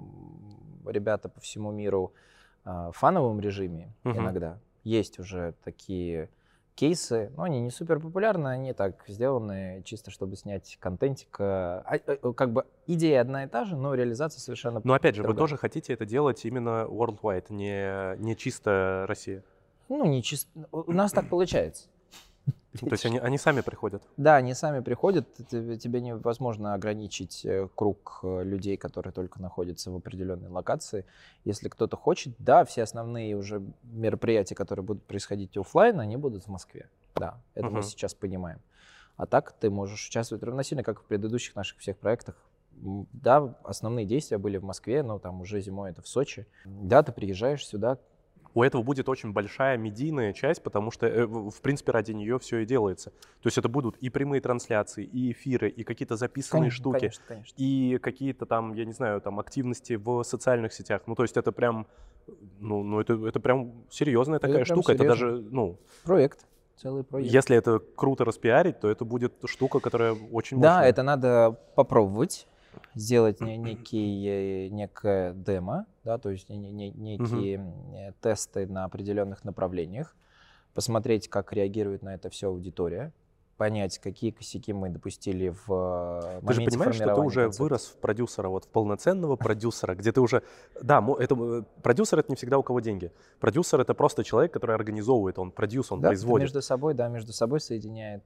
ребята по всему миру э, в фановом режиме uh-huh. иногда. Есть уже такие... кейсы, но они не супер популярны, они так сделаны чисто, чтобы снять контентик. Как бы идея одна и та же, но реализация совершенно Но опять же, другая. Вы тоже хотите это делать именно worldwide, не, не чисто Россия? Ну, не чисто. У нас так получается. То есть они, они сами приходят? Да, они сами приходят. Тебе невозможно ограничить круг людей, которые только находятся в определенной локации. Если кто-то хочет, да, все основные уже мероприятия, которые будут происходить офлайн, они будут в Москве. Да, это uh-huh. мы сейчас понимаем. А так ты можешь участвовать равносильно, как в предыдущих наших всех проектах. Да, основные действия были в Москве, но там уже зимой это в Сочи. Да, ты приезжаешь сюда. У этого будет очень большая медийная часть, потому что, в принципе, ради нее все и делается. То есть это будут и прямые трансляции, и эфиры, и какие-то записанные конечно, штуки, конечно, конечно. и какие-то там, я не знаю, там активности в социальных сетях. Ну, то есть это прям, ну, ну это, это прям серьезная такая это штука. Это даже, ну... Проект. Целый проект. Если это круто распиарить, то это будет штука, которая очень мощная. Да, это надо попробовать. Сделать некий, некое демо, да, то есть не, не, некие uh-huh. тесты на определенных направлениях, посмотреть, как реагирует на это все аудитория, понять, какие косяки мы допустили в моменте формирования. Ты же понимаешь, что ты уже концепта. Вырос в продюсера, вот в полноценного продюсера, где ты уже... Да, это, продюсер — это не всегда у кого деньги. Продюсер — это просто человек, который организовывает, он продюс, он да, производит. между собой, да, между собой соединяет,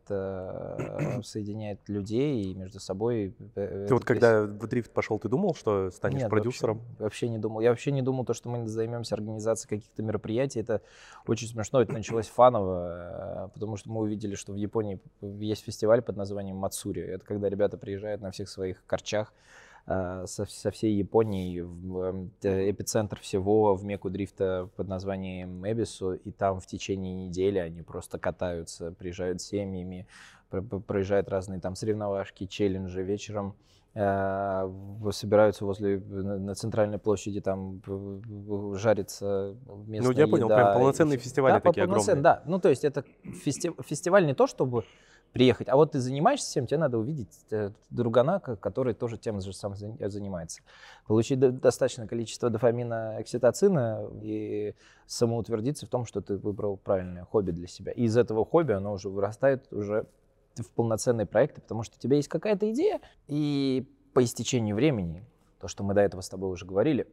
э, соединяет людей и между собой... Ты вот когда в дрифт пошел, ты думал, что станешь Нет, продюсером? Вообще, вообще не думал. Я вообще не думал, то, что мы займемся организацией каких-то мероприятий. Это очень смешно. Это началось фаново, потому что мы увидели, что в Японии есть фестиваль под названием Мацури. Это когда ребята приезжают на всех своих карчах э, со, со всей Японии в э, эпицентр всего, в мекку дрифта под названием Эбису, и там в течение недели они просто катаются, приезжают с семьями, про, проезжают разные там соревновашки, челленджи. Вечером э, собираются возле, на, на центральной площади, там жарится местная еда. Ну, я понял, еда, прям полноценные и, фестивали да, такие огромные. Да, ну то есть это фести, фестиваль не то, чтобы приехать. А вот ты занимаешься всем, тебе надо увидеть другана, который тоже тем же самым занимается. Получить достаточное количество дофамина, окситоцина и самоутвердиться в том, что ты выбрал правильное хобби для себя. И из этого хобби оно уже вырастает уже в полноценные проекты, потому что у тебя есть какая-то идея, и по истечению времени, то, что мы до этого с тобой уже говорили,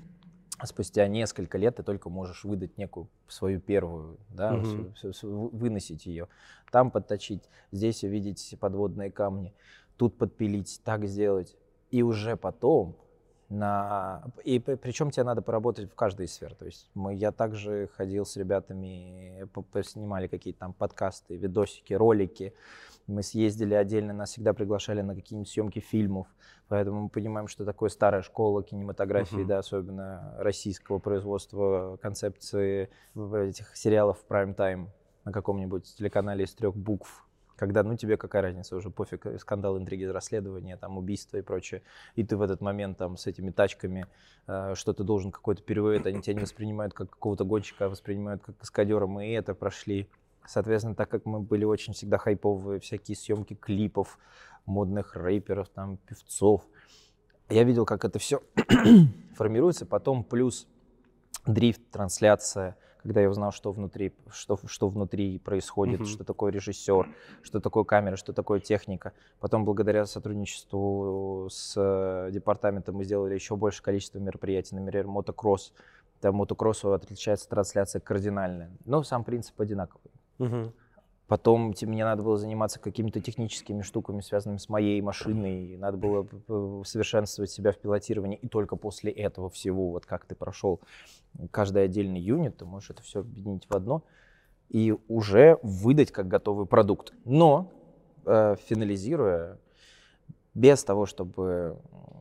спустя несколько лет ты только можешь выдать некую свою первую, да, mm-hmm. с, с, выносить ее, там подточить, здесь увидеть подводные камни, тут подпилить, так сделать. И уже потом, на... и причем тебе надо поработать в каждой из сфер. То есть мы, я также ходил с ребятами, снимали какие-то там подкасты, видосики, ролики. Мы съездили отдельно, нас всегда приглашали на какие-нибудь съемки фильмов, поэтому мы понимаем, что такое старая школа кинематографии, uh-huh. да, особенно российского производства, концепции этих сериалов в прайм-тайм на каком-нибудь телеканале из трех букв, когда, ну, тебе какая разница, уже пофиг, скандал, интриги, расследования, там, убийства и прочее, и ты в этот момент там с этими тачками, э, что ты должен какой-то перевод, они тебя не воспринимают как какого-то гонщика, а воспринимают как каскадера, мы и это прошли. Соответственно, так как мы были очень всегда хайповые, всякие съемки клипов, модных рэперов, там, певцов, я видел, как это все формируется. Потом плюс дрифт, трансляция, когда я узнал, что внутри, что, что внутри происходит, mm-hmm. что такое режиссер, что такое камера, что такое техника. Потом, благодаря сотрудничеству с департаментом, мы сделали еще большее количество мероприятий, например, мотокросс. Там мотокроссу отличается трансляция кардинально, но сам принцип одинаковый. Угу. Потом мне надо было заниматься какими-то техническими штуками, связанными с моей машиной. Надо было совершенствовать себя в пилотировании. И только после этого всего, вот как ты прошел каждый отдельный юнит, ты можешь это все объединить в одно и уже выдать как готовый продукт. Но, э, финализируя, без того, чтобы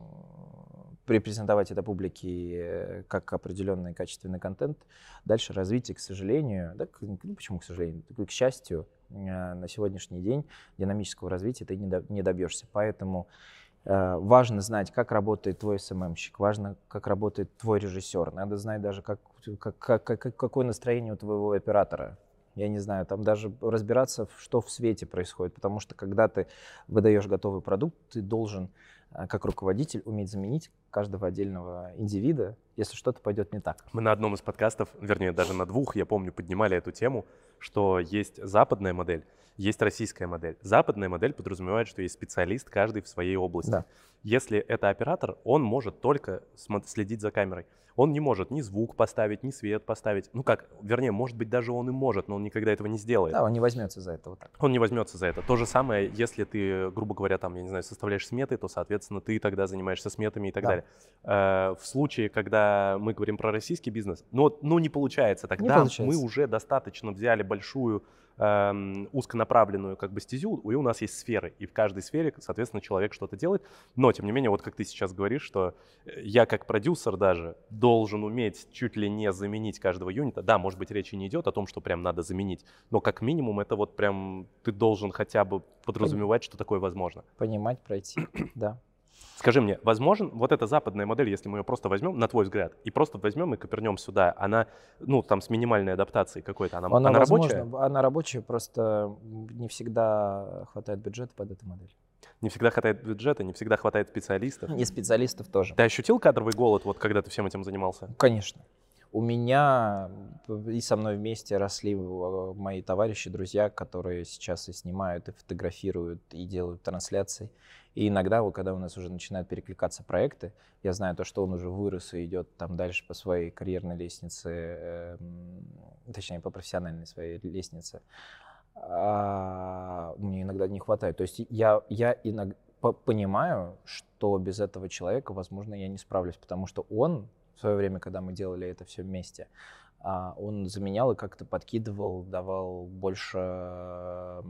репрезентовать это публике как определенный качественный контент, дальше развитие, к сожалению, да, ну, почему к сожалению, к счастью, на сегодняшний день динамического развития ты не добьешься. Поэтому э, важно знать, как работает твой эс эм эм-щик, важно, как работает твой режиссер. Надо знать даже, как, как, как, как, какое настроение у твоего оператора. Я не знаю, там даже разбираться, что в свете происходит. Потому что когда ты выдаешь готовый продукт, ты должен, как руководитель, уметь заменить каждого отдельного индивида, если что-то пойдет не так. Мы на одном из подкастов, вернее, даже на двух, я помню, поднимали эту тему, что есть западная модель, есть российская модель. Западная модель подразумевает, что есть специалист, каждый в своей области. Да. Если это оператор, он может только следить за камерой. Он не может ни звук поставить, ни свет поставить. Ну как, вернее, может быть, даже он и может, но он никогда этого не сделает. Да, он не возьмется за это вот так. Он не возьмется за это. То же самое, если ты, грубо говоря, там, я не знаю, составляешь сметы, то, соответственно, ты тогда занимаешься сметами и так Да. далее. Э, в случае, когда мы говорим про российский бизнес, ну, ну не получается. Тогда Не получается. мы уже достаточно взяли большую эм, узконаправленную как бы стезю, и у нас есть сферы, и в каждой сфере, соответственно, человек что-то делает. Но, тем не менее, вот как ты сейчас говоришь, что я как продюсер даже должен уметь чуть ли не заменить каждого юнита. Да, может быть, речи не идет о том, что прям надо заменить, но как минимум это вот прям ты должен хотя бы подразумевать, что такое возможно. Понимать, пройти, да. Скажи мне, возможен вот эта западная модель, если мы ее просто возьмем, на твой взгляд, и просто возьмем и копернем сюда, она, ну, там, с минимальной адаптацией какой-то, она, Она, она возможно, рабочая? Она рабочая, просто не всегда хватает бюджета под эту модель. Не всегда хватает бюджета, не всегда хватает специалистов. И специалистов тоже. Ты ощутил кадровый голод, вот когда ты всем этим занимался? Конечно. У меня и со мной вместе росли мои товарищи, друзья, которые сейчас и снимают, и фотографируют, и делают трансляции. И иногда, вот, когда у нас уже начинают перекликаться проекты, я знаю то, что он уже вырос и идет там дальше по своей карьерной лестнице, э, точнее, по профессиональной своей лестнице, а мне иногда не хватает. То есть я, я иногда понимаю, что без этого человека, возможно, я не справлюсь, потому что он в свое время, когда мы делали это все вместе, он заменял и как-то подкидывал, давал больше,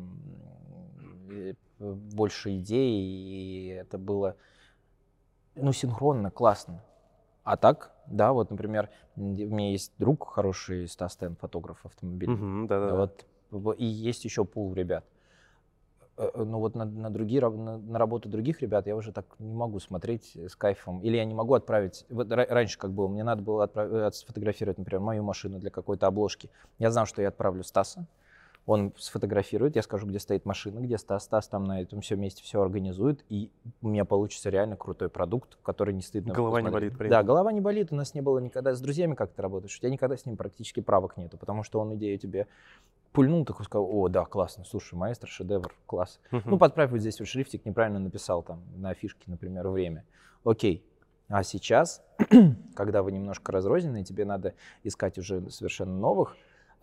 больше идей, и это было, ну, синхронно, классно. А так, да, вот, например, у меня есть друг хороший, Стас Тен, фотограф автомобильный. Угу, да-да-да. Вот, и есть еще пул ребят. Но вот на, на, другие, на, на работу других ребят я уже так не могу смотреть с кайфом. Или я не могу отправить... Вот раньше как было, мне надо было отправ... сфотографировать, например, мою машину для какой-то обложки. Я знал, что я отправлю Стаса. Он сфотографирует, я скажу, где стоит машина, где Стас. Стас там на этом все месте все организует. И у меня получится реально крутой продукт, который не стыдно Голова посмотреть. не болит. При Да, голова не болит. У нас не было никогда... С друзьями как ты работаешь? У тебя никогда с ним практически правок нету, потому что он идею тебе... пульнул, такой сказал: о, да, классно, слушай, маэстро, шедевр, класс. Uh-huh. Ну, подправь вот здесь вот шрифтик, неправильно написал там на афишке, например, время. Окей. А сейчас, когда вы немножко разрознены, тебе надо искать уже совершенно новых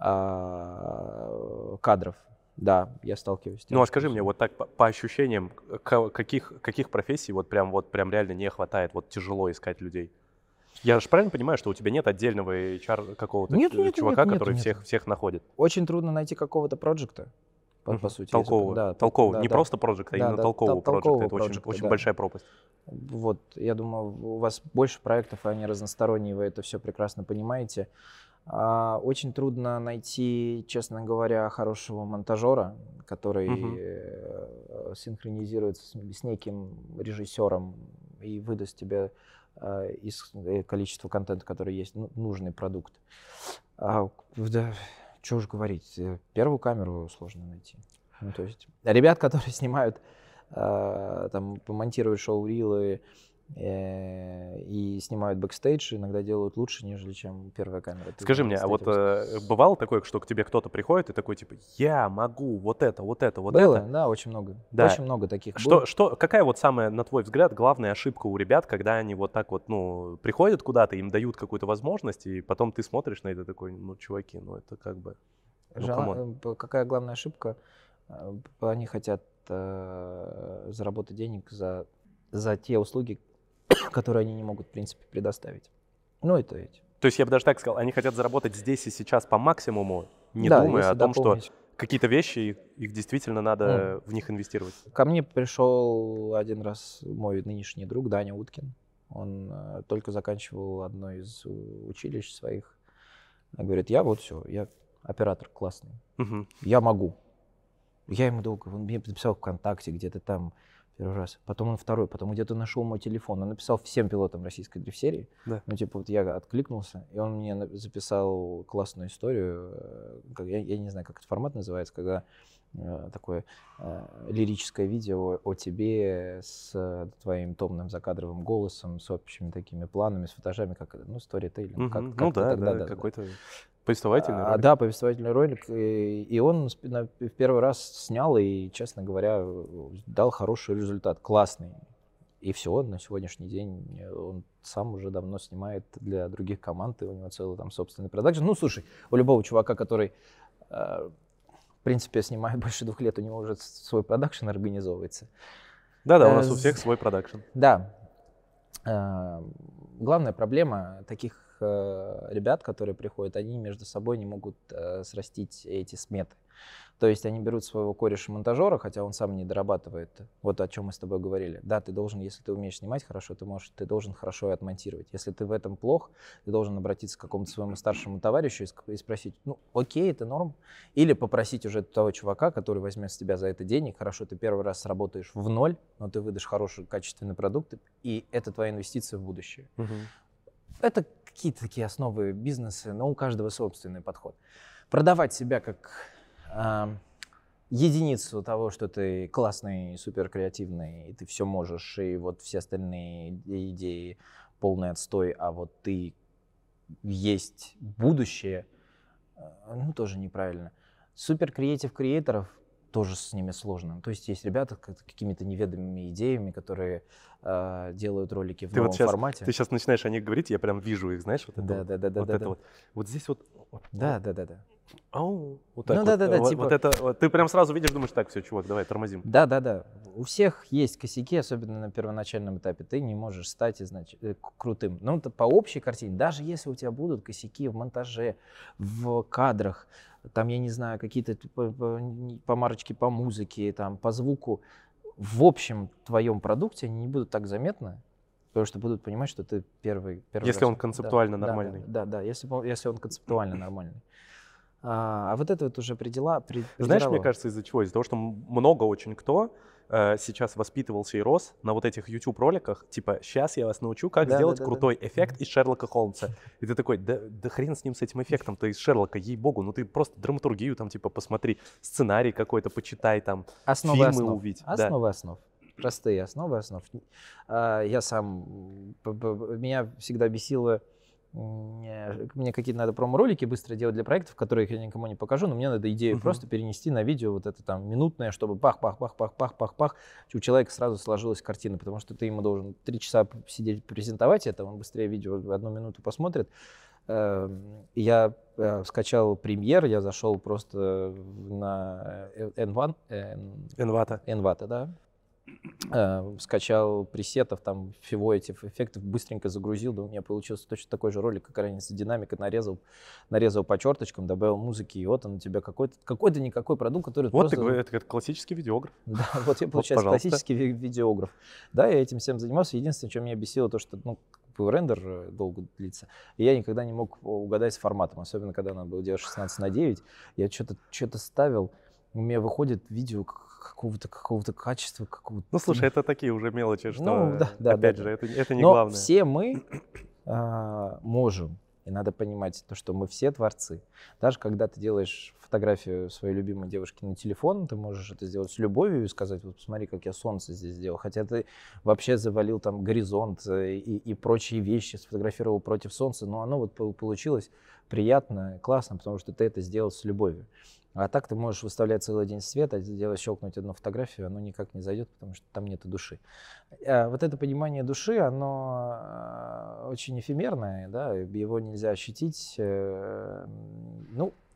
а, кадров. Да, я сталкиваюсь с тем. Ну, а скажи мне, вот так по, по ощущениям, каких, каких профессий вот прям, вот прям реально не хватает, вот тяжело искать людей? Я же правильно понимаю, что у тебя нет отдельного эйч ар какого-то нет, нет, чувака, нет, который нет, всех, нет. всех находит? Очень трудно найти какого-то проекта, по, uh-huh. по сути. Толкового, да, толкового. Да, не да. просто проекта, а да, именно да, толкового проекта. Это очень, очень да. большая пропасть. Вот, я думаю, у вас больше проектов, они разносторонние, вы это все прекрасно понимаете. А, очень трудно найти, честно говоря, хорошего монтажера, который uh-huh. синхронизируется с, с неким режиссером и выдаст тебе из количества контента, который есть, ну, нужный продукт. А, да, что уж говорить, первую камеру сложно найти. Ну, то есть ребят, которые снимают, э, там, монтируют шоу-рилы э, и снимают бэкстейдж, иногда делают лучше, нежели чем первая камера. Скажи мне, а вот э, бывало такое, что к тебе кто-то приходит и такой, типа, я могу вот это, вот это, вот было, это? Да, очень много. Да. Очень много таких что, было. Что, какая вот самая, на твой взгляд, главная ошибка у ребят, когда они вот так вот, ну, приходят куда-то, им дают какую-то возможность, и потом ты смотришь на это такой, ну, чуваки, ну, это как бы... Ну, Жела- камон. э, Какая главная ошибка? Э, Они хотят э, заработать денег за, за те услуги, которые они не могут, в принципе, предоставить. Ну, это эти. То есть я бы даже так сказал, они хотят заработать здесь и сейчас по максимуму, не Да, думая если о том, что дополнить. какие-то вещи, их, их действительно надо М. в них инвестировать. Ко мне пришел один раз мой нынешний друг Даня Уткин. Он э, только заканчивал одно из у- училищ своих. Он говорит, я вот все, я оператор классный, Мгм. я могу. Я ему долго, он мне написал ВКонтакте где-то там первый раз, потом он второй, потом где-то нашел мой телефон, он написал всем пилотам российской дрифт-серии. Да. Ну, типа, вот я откликнулся, и он мне на- записал классную историю. э, как- Я, я не знаю, как этот формат называется, когда э, такое э, лирическое видео о тебе с э, твоим томным закадровым голосом, с общими такими планами, с фотожами, как это, ну, сторителлинг. Мгм. Как, Ну как-то да, тогда, да, да, да. какой-то повествовательный А, ролик. да, повествовательный ролик. И, и он сп- на- в первый раз снял и, честно говоря, дал хороший результат, классный. И все, на сегодняшний день он сам уже давно снимает для других команд, и у него целый там собственный продакшн. Ну, слушай, у любого чувака, который, э, в принципе, снимает больше двух лет, у него уже свой продакшн организовывается. Да-да, у Э, нас у з- всех свой продакшн. Да. Э, Главная проблема таких э, ребят, которые приходят, они между собой не могут э, срастить эти сметы. То есть они берут своего кореша-монтажера, хотя он сам не дорабатывает. Вот о чем мы с тобой говорили. Да, ты должен, если ты умеешь снимать хорошо, ты можешь, ты должен хорошо и отмонтировать. Если ты в этом плох, ты должен обратиться к какому-то своему старшему товарищу и ск- и спросить, ну, окей, это норм. Или попросить уже того чувака, который возьмет с тебя за это денег. Хорошо, ты первый раз сработаешь в ноль, но ты выдашь хороший, качественный продукт, и это твоя инвестиция в будущее. Мгм. Это какие-то такие основы бизнеса, но у каждого собственный подход. Продавать себя как а, единицу того, что ты классный, супер креативный, и ты все можешь, и вот все остальные идеи полный отстой, а вот ты есть будущее, а, ну, тоже неправильно. Супер креатив креаторов тоже с ними сложно. То есть есть ребята с какими-то неведомыми идеями, которые а, делают ролики в Ты вот новом сейчас, формате. ты сейчас начинаешь о них говорить, я прям вижу их, знаешь, вот это Да, вот. да, да, да, вот да, это да. вот. Вот здесь вот. вот, Да, вот, да, да, да. ау, вот так Ну вот. да, да, да, вот, типа- вот это, вот ты прям сразу видишь, думаешь, так, все, чувак, давай, тормозим. Да, да, да. У всех есть косяки, особенно на первоначальном этапе. Ты не можешь стать изнач... э, к- крутым. Ну, это по общей картине. Даже если у тебя будут косяки в монтаже, в кадрах, там, я не знаю, какие-то т- по- по- не- помарочки по музыке, там, по звуку, в общем твоем продукте они не будут так заметны, потому что будут понимать, что ты первый, первый Если раз- он концептуально да, да, нормальный. Да, да, да, если, он- если он концептуально нормальный. А, а вот это вот уже предела, при- Знаешь, мне придирало. кажется, из-за чего? Из-за того, что м- много очень кто э, сейчас воспитывался и рос на вот этих YouTube-роликах, типа, сейчас я вас научу, как Да, сделать да, да, да. крутой эффект из Шерлока Холмса. И ты такой, да, да хрен с ним, с этим эффектом-то из Шерлока, ей-богу, ну ты просто драматургию там, типа, посмотри, сценарий какой-то почитай там, Основы фильмы основ. увидь. Да. Основы основ. Простые основы основ. А, Я сам, м, п- п- меня всегда бесило, м, э, мне какие-то надо промо-ролики быстро делать для проектов, которые я никому не покажу, но мне надо идею Мгм. просто перенести на видео, вот это там минутное, чтобы пах-пах-пах-пах-пах-пах-пах, у человека сразу сложилась картина, потому что ты ему должен три часа сидеть презентовать это, он быстрее видео в одну минуту посмотрит. Эм, Я э, скачал премьер, я зашел просто на э, эн один, эн- Envato. Envato, да. Э, Скачал пресетов, там, всего этих эффектов, быстренько загрузил, да у меня получился точно такой же ролик, как ранее, с динамикой нарезал, нарезал по черточкам, добавил музыки, и вот он у тебя какой-то, какой-то никакой продукт, который Вот ты просто... говоришь, это как классический видеограф. Да, вот я, получается, пожалуйста. классический ви- видеограф. Да, я этим всем занимался. Единственное, что меня бесило, то, что, ну, как бы рендер э, долго длится, и я никогда не мог угадать с форматом, особенно когда надо было делать шестнадцать на девять. Я что-то что-то ставил, у меня выходит видео к- какого-то какого-то качества, какого-то... Ну, слушай, это такие уже мелочи, что, Ну, да, да, опять да, же, да. это, это не Но главное. все мы а, можем, и надо понимать то, что мы все творцы. Даже когда ты делаешь фотографию своей любимой девушки на телефон, ты можешь это сделать с любовью и сказать, вот посмотри, как я солнце здесь сделал. Хотя ты вообще завалил там горизонт э, и, и прочие вещи, сфотографировал против солнца, но оно вот пол- получилось приятно, классно, потому что ты это сделал с любовью. А так ты можешь выставлять целый день свет, а сделать, щелкнуть одну фотографию, оно никак не зайдет, потому что там нету души. А вот это понимание души, оно а, очень эфемерное, да, его нельзя ощутить. э, Ну,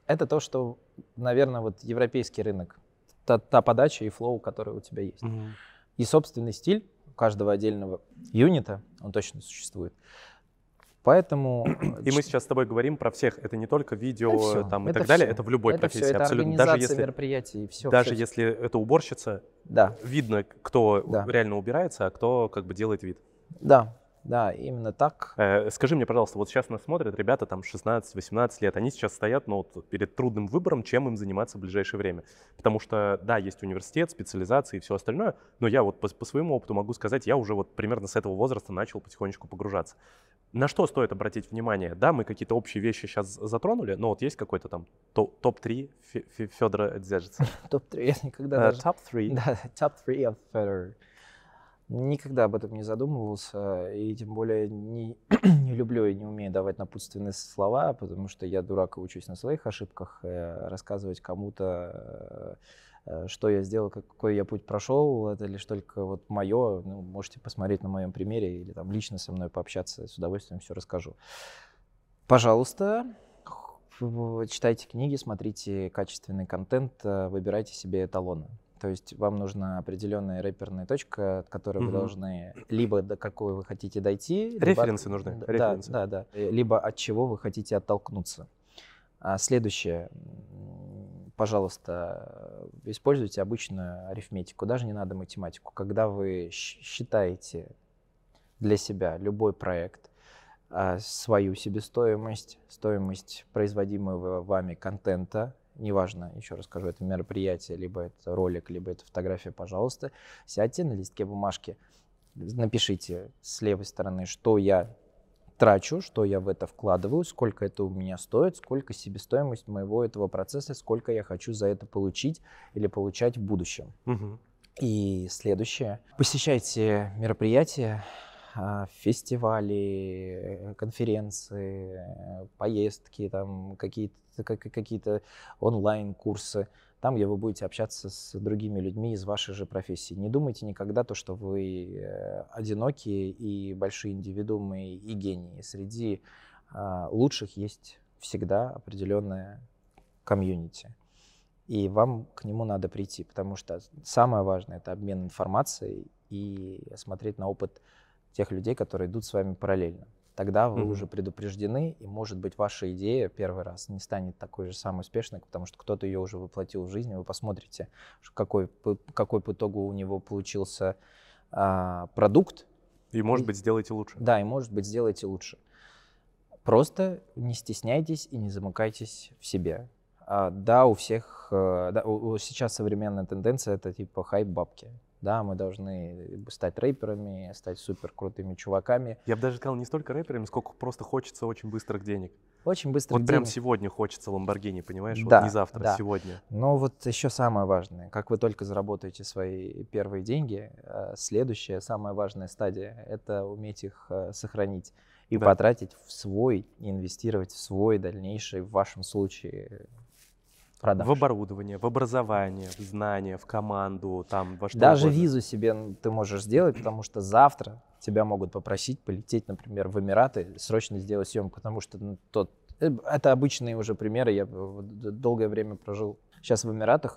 Это то, что, наверное, вот европейский рынок, та, та подача и флоу, который у тебя есть. Угу. И собственный стиль каждого отдельного юнита, он точно существует. Поэтому... И мы сейчас с тобой говорим про всех. Это не только видео всё, там, и это так далее, всё. это в любой это профессии. Всё, это абсолютно. Организация Даже если, мероприятий, всё, даже всё, если это уборщица, да. видно, кто да. реально убирается, а кто как бы делает вид. Да, да, именно так. Э, скажи мне, пожалуйста, вот сейчас нас смотрят ребята там шестнадцать-восемнадцать лет, они сейчас стоят ну, вот, перед трудным выбором, чем им заниматься в ближайшее время. Потому что, да, есть университет, специализации и все остальное, но я вот по, по своему опыту могу сказать, я уже вот примерно с этого возраста начал потихонечку погружаться. На что стоит обратить внимание? Да, мы какие-то общие вещи сейчас затронули, но вот есть какой-то там топ-три Федора Дзержинца? топ-три, я никогда даже... топ-три. Да, топ-три of Federer. Никогда об этом не задумывался, и тем более не, не люблю и не умею давать напутственные слова, потому что я дурак и учусь на своих ошибках, рассказывать кому-то, что я сделал, какой я путь прошел, это лишь только вот мое, ну, можете посмотреть на моем примере или там лично со мной пообщаться, с удовольствием все расскажу. Пожалуйста, читайте книги, смотрите качественный контент, выбирайте себе эталоны. То есть вам нужна определенная рэперная точка, от которой mm-hmm. вы должны либо до какой вы хотите дойти. Референсы либо, нужны. Да, Референсы. да, да. Либо от чего вы хотите оттолкнуться. А следующее. Пожалуйста, используйте обычную арифметику, даже не надо математику. Когда вы считаете для себя любой проект, свою себестоимость, стоимость производимого вами контента, неважно, еще раз скажу, это мероприятие, либо это ролик, либо это фотография, пожалуйста, сядьте на листке бумажки, напишите с левой стороны, что я трачу, что я в это вкладываю, сколько это у меня стоит, сколько себестоимость моего этого процесса, сколько я хочу за это получить или получать в будущем. Угу. И следующее. Посещайте мероприятия, фестивали, конференции, поездки, там какие-то, какие-то онлайн-курсы, там, где вы будете общаться с другими людьми из вашей же профессии. Не думайте никогда то, что вы одинокие и большие индивидуумы и гении. Среди лучших есть всегда определенная комьюнити. И вам к нему надо прийти, потому что самое важное — это обмен информацией и смотреть на опыт тех людей, которые идут с вами параллельно. Тогда вы mm-hmm. уже предупреждены, и, может быть, ваша идея первый раз не станет такой же самой успешной, потому что кто-то ее уже воплотил в жизнь, и вы посмотрите, какой, какой по итогу у него получился а, продукт. И, может быть, сделаете лучше. Да, и, может быть, сделайте лучше. Просто не стесняйтесь и не замыкайтесь в себе. А, да, у всех, да, у, сейчас современная тенденция — это типа хайп-бабки. Да, мы должны стать рэперами, стать супер крутыми чуваками. Я бы даже сказал, не столько рэперами, сколько просто хочется очень быстрых денег. Очень быстрых вот денег. Вот прям сегодня хочется Lamborghini, понимаешь? Да, вот не завтра, да. сегодня. Но вот еще самое важное, как вы только заработаете свои первые деньги, следующая, самая важная стадия — это уметь их сохранить и да. потратить в свой, инвестировать в свой дальнейший, в вашем случае, продаж. В оборудование, в образование, в знания, в команду, там, во что Даже угодно. Визу себе ты можешь сделать, потому что завтра тебя могут попросить полететь, например, в Эмираты, срочно сделать съемку, потому что ну, тот, это обычные уже примеры, я долгое время прожил сейчас в Эмиратах.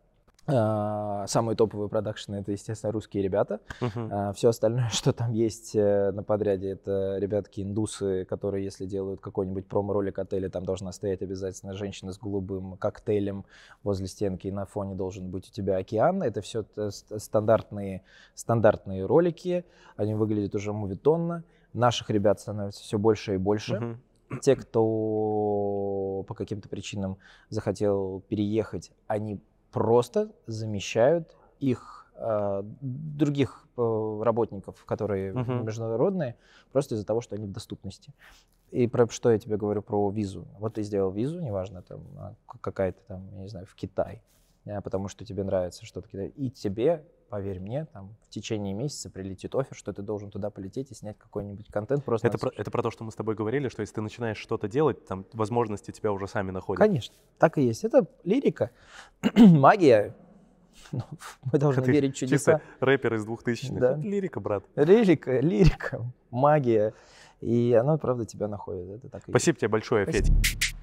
Самые топовые продакшены — это, естественно, русские ребята. Uh-huh. Все остальное, что там есть на подряде, это ребятки-индусы, которые, если делают какой-нибудь промо-ролик отеля, там должна стоять обязательно женщина с голубым коктейлем возле стенки, и на фоне должен быть у тебя океан. Это все стандартные, стандартные ролики, они выглядят уже мувитонно. Наших ребят становится все больше и больше. Uh-huh. Те, кто по каким-то причинам захотел переехать, они просто замещают их э, других э, работников, которые uh-huh. международные, просто из-за того, что они в доступности. И про что я тебе говорю про визу. Вот ты сделал визу, неважно, там какая-то там, я не знаю, в Китай, да, потому что тебе нравится что-то в Китае, и тебе, поверь мне, там в течение месяца прилетит оффер, что ты должен туда полететь и снять какой-нибудь контент. Просто это, про, это про то, что мы с тобой говорили, что если ты начинаешь что-то делать, там возможности тебя уже сами находят. Конечно, так и есть. Это лирика, магия. Ну, мы должны это верить в чудеса. Чисто рэпер из двухтысячных. Да. Это лирика, брат. Лирика, лирика, магия. И оно, правда, тебя находит. Это так и Спасибо есть. тебе большое, Спасибо. Федь.